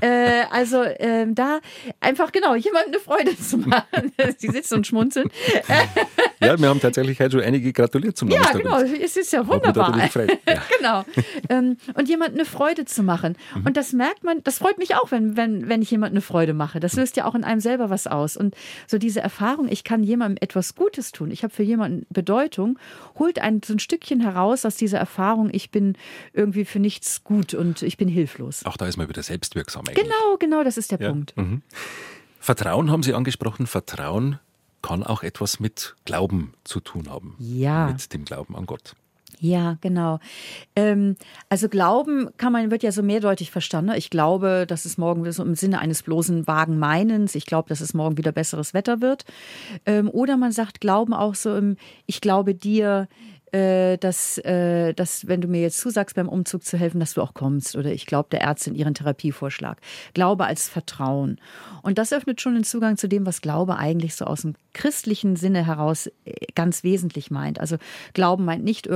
Da einfach jemandem eine Freude zu machen. Sie sitzen und schmunzeln. Ja, wir haben tatsächlich heute schon einige gratuliert zum Namenstag. Ja, genau, es ist ja wunderbar. Ja. Genau. Und jemandem eine Freude zu machen. Und das merkt man, das freut mich auch, wenn ich jemandem eine Freude mache. Das löst ja auch in einem selber was aus. Und so diese Erfahrung, ich kann jemandem etwas Gutes tun, ich habe für jemanden Bedeutung, holt einen so ein Stückchen heraus aus dieser Erfahrung, ich bin irgendwie für nichts gut und ich bin hilflos. Auch da ist man wieder selbstwirksam eigentlich. Genau, das ist der Punkt. Vertrauen haben Sie angesprochen. Vertrauen kann auch etwas mit Glauben zu tun haben. Ja. Mit dem Glauben an Gott. Ja, genau. Also Glauben wird ja so mehrdeutig verstanden. Ich glaube, dass es morgen so im Sinne eines bloßen vagen Meinens, ich glaube, dass es morgen wieder besseres Wetter wird. Oder man sagt Glauben auch so ich glaube dir, dass wenn du mir jetzt zusagst, beim Umzug zu helfen, dass du auch kommst. Oder ich glaube der Ärztin ihren Therapievorschlag. Glaube als Vertrauen. Und das öffnet schon den Zugang zu dem, was Glaube eigentlich so aus dem christlichen Sinne heraus ganz wesentlich meint. Also Glauben meint nicht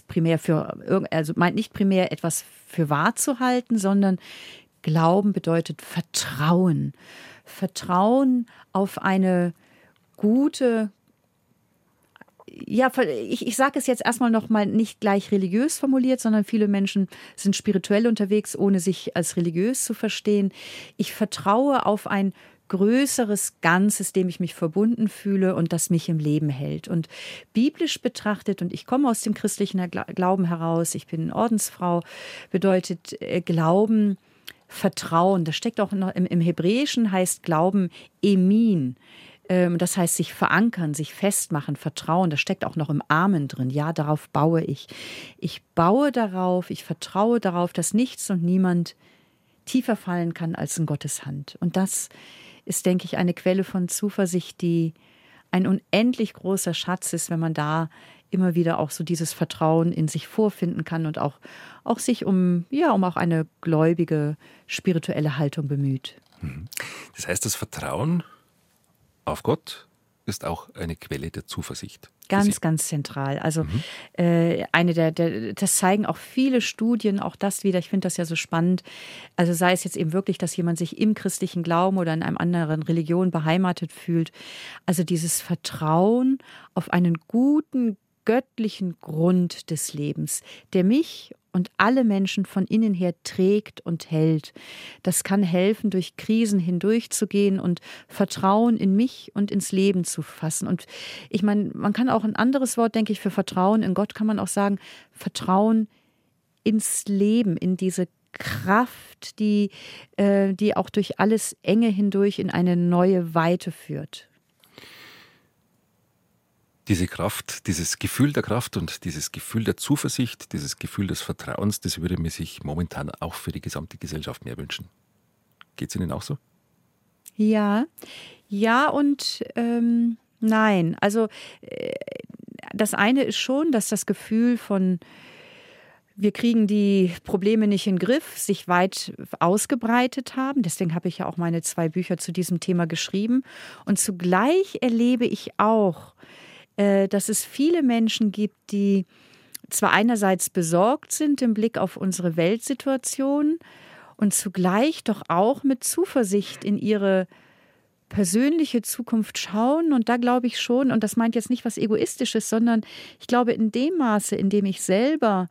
meint nicht primär etwas für wahr zu halten, sondern Glauben bedeutet Vertrauen. Vertrauen auf eine gute, ja, ich sage es jetzt erstmal noch mal nicht gleich religiös formuliert, sondern viele Menschen sind spirituell unterwegs, ohne sich als religiös zu verstehen. Ich vertraue auf ein größeres Ganzes, dem ich mich verbunden fühle und das mich im Leben hält. Und biblisch betrachtet, und ich komme aus dem christlichen Glauben heraus, ich bin Ordensfrau, bedeutet Glauben Vertrauen. Das steckt auch im Hebräischen, heißt Glauben Emin. Das heißt, sich verankern, sich festmachen, vertrauen. Das steckt auch noch im Amen drin. Ja, darauf baue ich. Ich baue darauf, ich vertraue darauf, dass nichts und niemand tiefer fallen kann als in Gottes Hand. Und das ist, denke ich, eine Quelle von Zuversicht, die ein unendlich großer Schatz ist, wenn man da immer wieder auch so dieses Vertrauen in sich vorfinden kann und auch sich um auch eine gläubige, spirituelle Haltung bemüht. Das heißt, das Vertrauen auf Gott ist auch eine Quelle der Zuversicht. Ganz, ganz zentral. Also das zeigen auch viele Studien, auch das wieder, ich finde das ja so spannend. Also sei es jetzt eben wirklich, dass jemand sich im christlichen Glauben oder in einem anderen Religion beheimatet fühlt. Also dieses Vertrauen auf einen guten, göttlichen Grund des Lebens, der mich und alle Menschen von innen her trägt und hält. Das kann helfen, durch Krisen hindurchzugehen und Vertrauen in mich und ins Leben zu fassen. Und ich meine, man kann auch ein anderes Wort, denke ich, für Vertrauen in Gott kann man auch sagen, Vertrauen ins Leben, in diese Kraft, die auch durch alles Enge hindurch in eine neue Weite führt. Diese Kraft, dieses Gefühl der Kraft und dieses Gefühl der Zuversicht, dieses Gefühl des Vertrauens, das würde mir sich momentan auch für die gesamte Gesellschaft mehr wünschen. Geht es Ihnen auch so? Ja und nein. Also das eine ist schon, dass das Gefühl von wir kriegen die Probleme nicht in den Griff, sich weit ausgebreitet haben. Deswegen habe ich ja auch meine 2 Bücher zu diesem Thema geschrieben. Und zugleich erlebe ich auch, dass es viele Menschen gibt, die zwar einerseits besorgt sind im Blick auf unsere Weltsituation und zugleich doch auch mit Zuversicht in ihre persönliche Zukunft schauen. Und da glaube ich schon, und das meint jetzt nicht was Egoistisches, sondern ich glaube in dem Maße, in dem ich selber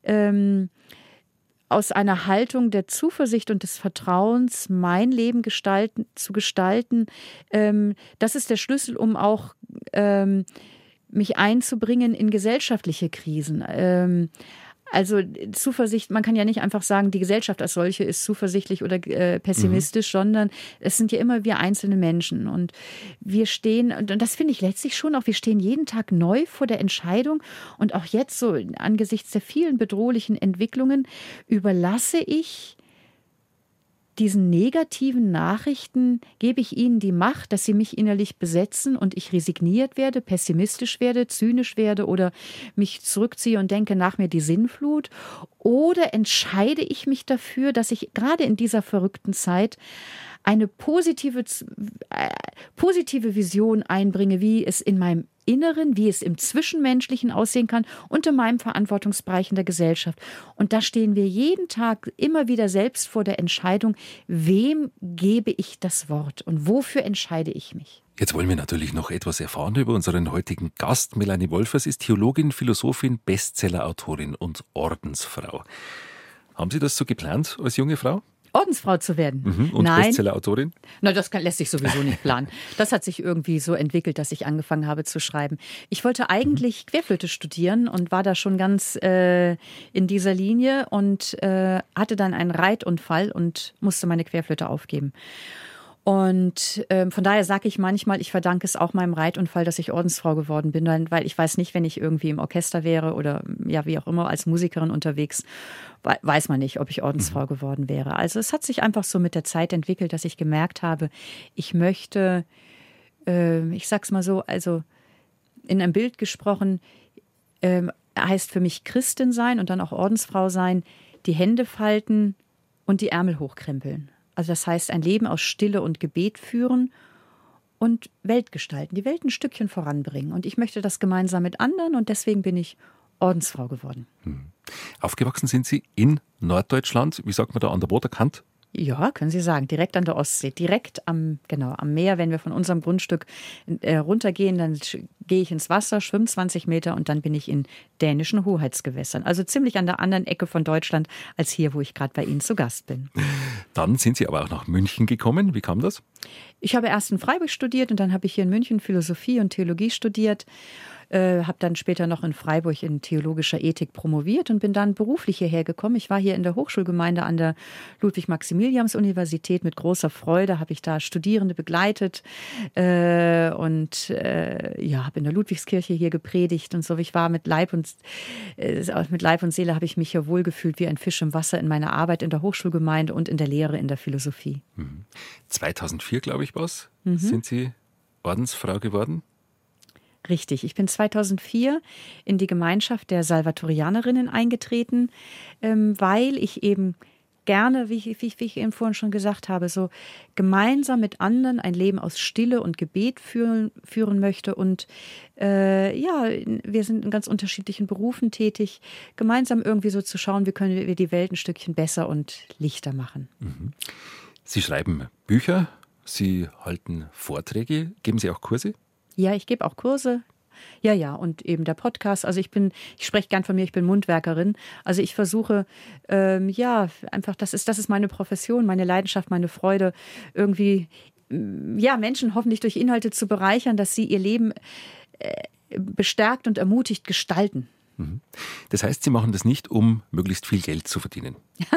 aus einer Haltung der Zuversicht und des Vertrauens mein Leben zu gestalten, das ist der Schlüssel, um auch mich einzubringen in gesellschaftliche Krisen. Also Zuversicht, man kann ja nicht einfach sagen, die Gesellschaft als solche ist zuversichtlich oder pessimistisch, sondern es sind ja immer wir einzelne Menschen. Und wir stehen, und das finde ich letztlich schon auch, wir stehen jeden Tag neu vor der Entscheidung. Und auch jetzt so angesichts der vielen bedrohlichen Entwicklungen überlasse ich diesen negativen Nachrichten, gebe ich ihnen die Macht, dass sie mich innerlich besetzen und ich resigniert werde, pessimistisch werde, zynisch werde oder mich zurückziehe und denke, nach mir die Sinnflut? Oder entscheide ich mich dafür, dass ich gerade in dieser verrückten Zeit eine positive Vision einbringe, wie es in meinem Inneren, wie es im Zwischenmenschlichen aussehen kann und in meinem Verantwortungsbereich in der Gesellschaft. Und da stehen wir jeden Tag immer wieder selbst vor der Entscheidung, wem gebe ich das Wort und wofür entscheide ich mich? Jetzt wollen wir natürlich noch etwas erfahren über unseren heutigen Gast. Melanie Wolfers ist Theologin, Philosophin, Bestsellerautorin und Ordensfrau. Haben Sie das so geplant als junge Frau? Ordensfrau zu werden. Und Nein. Bestsellerautorin? Na, das lässt sich sowieso nicht planen. Das hat sich irgendwie so entwickelt, dass ich angefangen habe zu schreiben. Ich wollte eigentlich Querflöte studieren und war da schon ganz in dieser Linie und hatte dann einen Reitunfall und musste meine Querflöte aufgeben. Und von daher sage ich manchmal, ich verdanke es auch meinem Reitunfall, dass ich Ordensfrau geworden bin, weil ich weiß nicht, wenn ich irgendwie im Orchester wäre oder ja wie auch immer als Musikerin unterwegs, weiß man nicht, ob ich Ordensfrau geworden wäre. Also es hat sich einfach so mit der Zeit entwickelt, dass ich gemerkt habe, ich möchte, ich sag's mal so, also in einem Bild gesprochen, heißt für mich Christin sein und dann auch Ordensfrau sein, die Hände falten und die Ärmel hochkrempeln. Also das heißt, ein Leben aus Stille und Gebet führen und Welt gestalten, die Welt ein Stückchen voranbringen. Und ich möchte das gemeinsam mit anderen und deswegen bin ich Ordensfrau geworden. Aufgewachsen sind Sie in Norddeutschland, wie sagt man da, an der Waterkant? Ja, können Sie sagen, direkt an der Ostsee, direkt am Meer. Wenn wir von unserem Grundstück runtergehen, dann gehe ich ins Wasser, schwimme 20 Meter und dann bin ich in dänischen Hoheitsgewässern. Also ziemlich an der anderen Ecke von Deutschland als hier, wo ich gerade bei Ihnen zu Gast bin. Dann sind Sie aber auch nach München gekommen. Wie kam das? Ich habe erst in Freiburg studiert und dann habe ich hier in München Philosophie und Theologie studiert. Habe dann später noch in Freiburg in theologischer Ethik promoviert und bin dann beruflich hierher gekommen. Ich war hier in der Hochschulgemeinde an der Ludwig-Maximilians-Universität mit großer Freude, habe ich da Studierende begleitet und habe in der Ludwigskirche hier gepredigt und so. Ich war mit Leib und Seele habe ich mich hier wohlgefühlt wie ein Fisch im Wasser in meiner Arbeit in der Hochschulgemeinde und in der Lehre in der Philosophie. 2004, glaube ich, sind Sie Ordensfrau geworden? Richtig. Ich bin 2004 in die Gemeinschaft der Salvatorianerinnen eingetreten, weil ich eben gerne, wie ich eben vorhin schon gesagt habe, so gemeinsam mit anderen ein Leben aus Stille und Gebet führen möchte. Und wir sind in ganz unterschiedlichen Berufen tätig, gemeinsam irgendwie so zu schauen, wie können wir die Welt ein Stückchen besser und lichter machen. Mhm. Sie schreiben Bücher, Sie halten Vorträge, geben Sie auch Kurse? Ja, ich gebe auch Kurse. Ja, und eben der Podcast. Also ich spreche gern von mir, ich bin Mundwerkerin. Also ich versuche, einfach, das ist meine Profession, meine Leidenschaft, meine Freude, irgendwie, Menschen hoffentlich durch Inhalte zu bereichern, dass sie ihr Leben bestärkt und ermutigt gestalten. Das heißt, Sie machen das nicht, um möglichst viel Geld zu verdienen?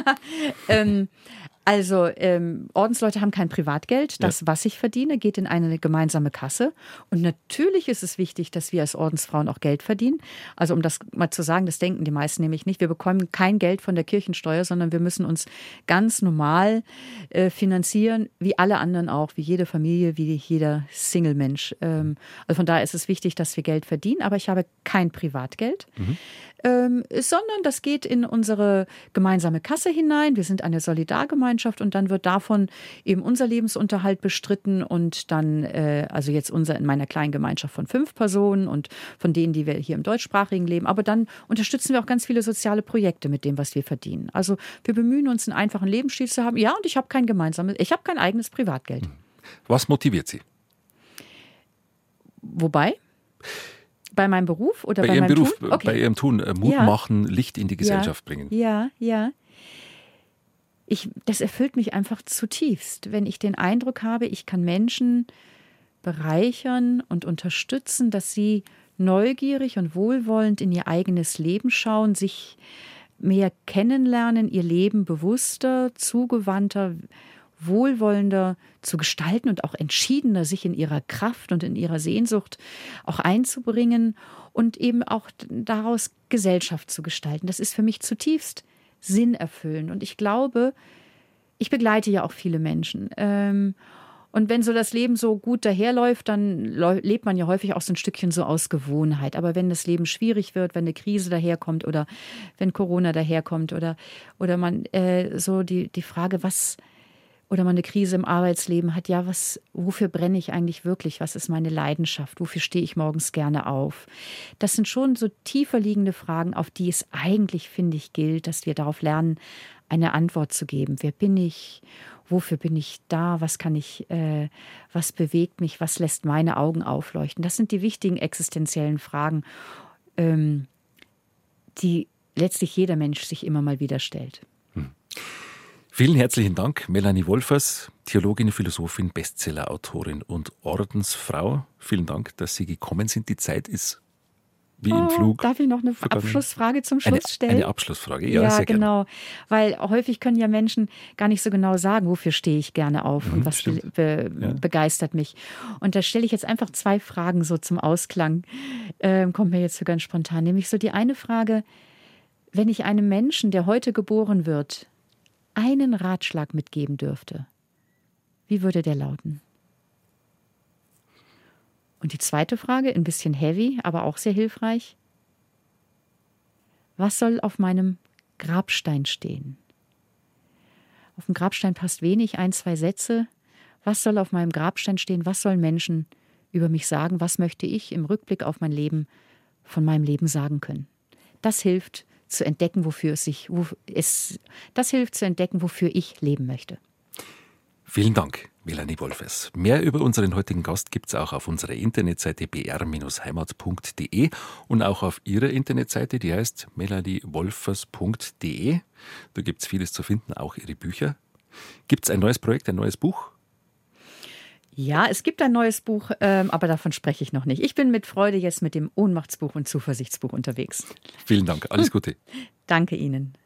Ordensleute haben kein Privatgeld. Das, was ich verdiene, geht in eine gemeinsame Kasse. Und natürlich ist es wichtig, dass wir als Ordensfrauen auch Geld verdienen. Also um das mal zu sagen, das denken die meisten nämlich nicht. Wir bekommen kein Geld von der Kirchensteuer, sondern wir müssen uns ganz normal finanzieren, wie alle anderen auch, wie jede Familie, wie jeder Single-Mensch. Also von daher ist es wichtig, dass wir Geld verdienen. Aber ich habe kein Privatgeld. Sondern das geht in unsere gemeinsame Kasse hinein. Wir sind eine Solidargemeinschaft und dann wird davon eben unser Lebensunterhalt bestritten und dann, also jetzt in meiner kleinen Gemeinschaft von 5 Personen und von denen, die wir hier im deutschsprachigen leben. Aber dann unterstützen wir auch ganz viele soziale Projekte mit dem, was wir verdienen. Also wir bemühen uns, einen einfachen Lebensstil zu haben. Ja, und ich habe kein eigenes Privatgeld. Was motiviert Sie? Wobei? Bei meinem Beruf oder bei Ihrem meinem Beruf, Tun? Okay. Bei Ihrem Tun, Mut machen, Licht in die Gesellschaft bringen. Ja. Das erfüllt mich einfach zutiefst, wenn ich den Eindruck habe, ich kann Menschen bereichern und unterstützen, dass sie neugierig und wohlwollend in ihr eigenes Leben schauen, sich mehr kennenlernen, ihr Leben bewusster, zugewandter, wohlwollender zu gestalten und auch entschiedener sich in ihrer Kraft und in ihrer Sehnsucht auch einzubringen und eben auch daraus Gesellschaft zu gestalten. Das ist für mich zutiefst sinnerfüllend. Und ich glaube, ich begleite ja auch viele Menschen. Und wenn so das Leben so gut daherläuft, dann lebt man ja häufig auch so ein Stückchen so aus Gewohnheit. Aber wenn das Leben schwierig wird, wenn eine Krise daherkommt oder wenn Corona daherkommt oder man so die Frage, oder man eine Krise im Arbeitsleben hat, wofür brenne ich eigentlich wirklich? Was ist meine Leidenschaft? Wofür stehe ich morgens gerne auf? Das sind schon so tiefer liegende Fragen, auf die es eigentlich, finde ich, gilt, dass wir darauf lernen, eine Antwort zu geben. Wer bin ich? Wofür bin ich da? Was bewegt mich? Was lässt meine Augen aufleuchten? Das sind die wichtigen existenziellen Fragen, die letztlich jeder Mensch sich immer mal wieder stellt. Vielen herzlichen Dank, Melanie Wolfers, Theologin, Philosophin, Bestsellerautorin und Ordensfrau. Vielen Dank, dass Sie gekommen sind. Die Zeit ist wie im Flug. Darf ich noch eine Abschlussfrage zum Schluss stellen? Eine Abschlussfrage, ja, sehr gerne. Genau. Weil häufig können ja Menschen gar nicht so genau sagen, wofür stehe ich gerne auf und was begeistert mich. Und da stelle ich jetzt einfach 2 Fragen so zum Ausklang. Kommt mir jetzt so ganz spontan. Nämlich so die eine Frage, wenn ich einem Menschen, der heute geboren wird, einen Ratschlag mitgeben dürfte, wie würde der lauten? Und die zweite Frage, ein bisschen heavy, aber auch sehr hilfreich. Was soll auf meinem Grabstein stehen? Auf dem Grabstein passt wenig, 1, 2 Sätze. Was soll auf meinem Grabstein stehen? Was sollen Menschen über mich sagen? Was möchte ich im Rückblick auf mein Leben von meinem Leben sagen können? Das hilft zu entdecken, wofür ich leben möchte. Vielen Dank, Melanie Wolfers. Mehr über unseren heutigen Gast gibt es auch auf unserer Internetseite br-heimat.de und auch auf ihrer Internetseite, die heißt melaniewolfers.de. Da gibt es vieles zu finden, auch ihre Bücher. Gibt es ein neues Projekt, ein neues Buch? Ja, es gibt ein neues Buch, aber davon spreche ich noch nicht. Ich bin mit Freude jetzt mit dem Ohnmachtsbuch und Zuversichtsbuch unterwegs. Vielen Dank, alles Gute. Danke Ihnen.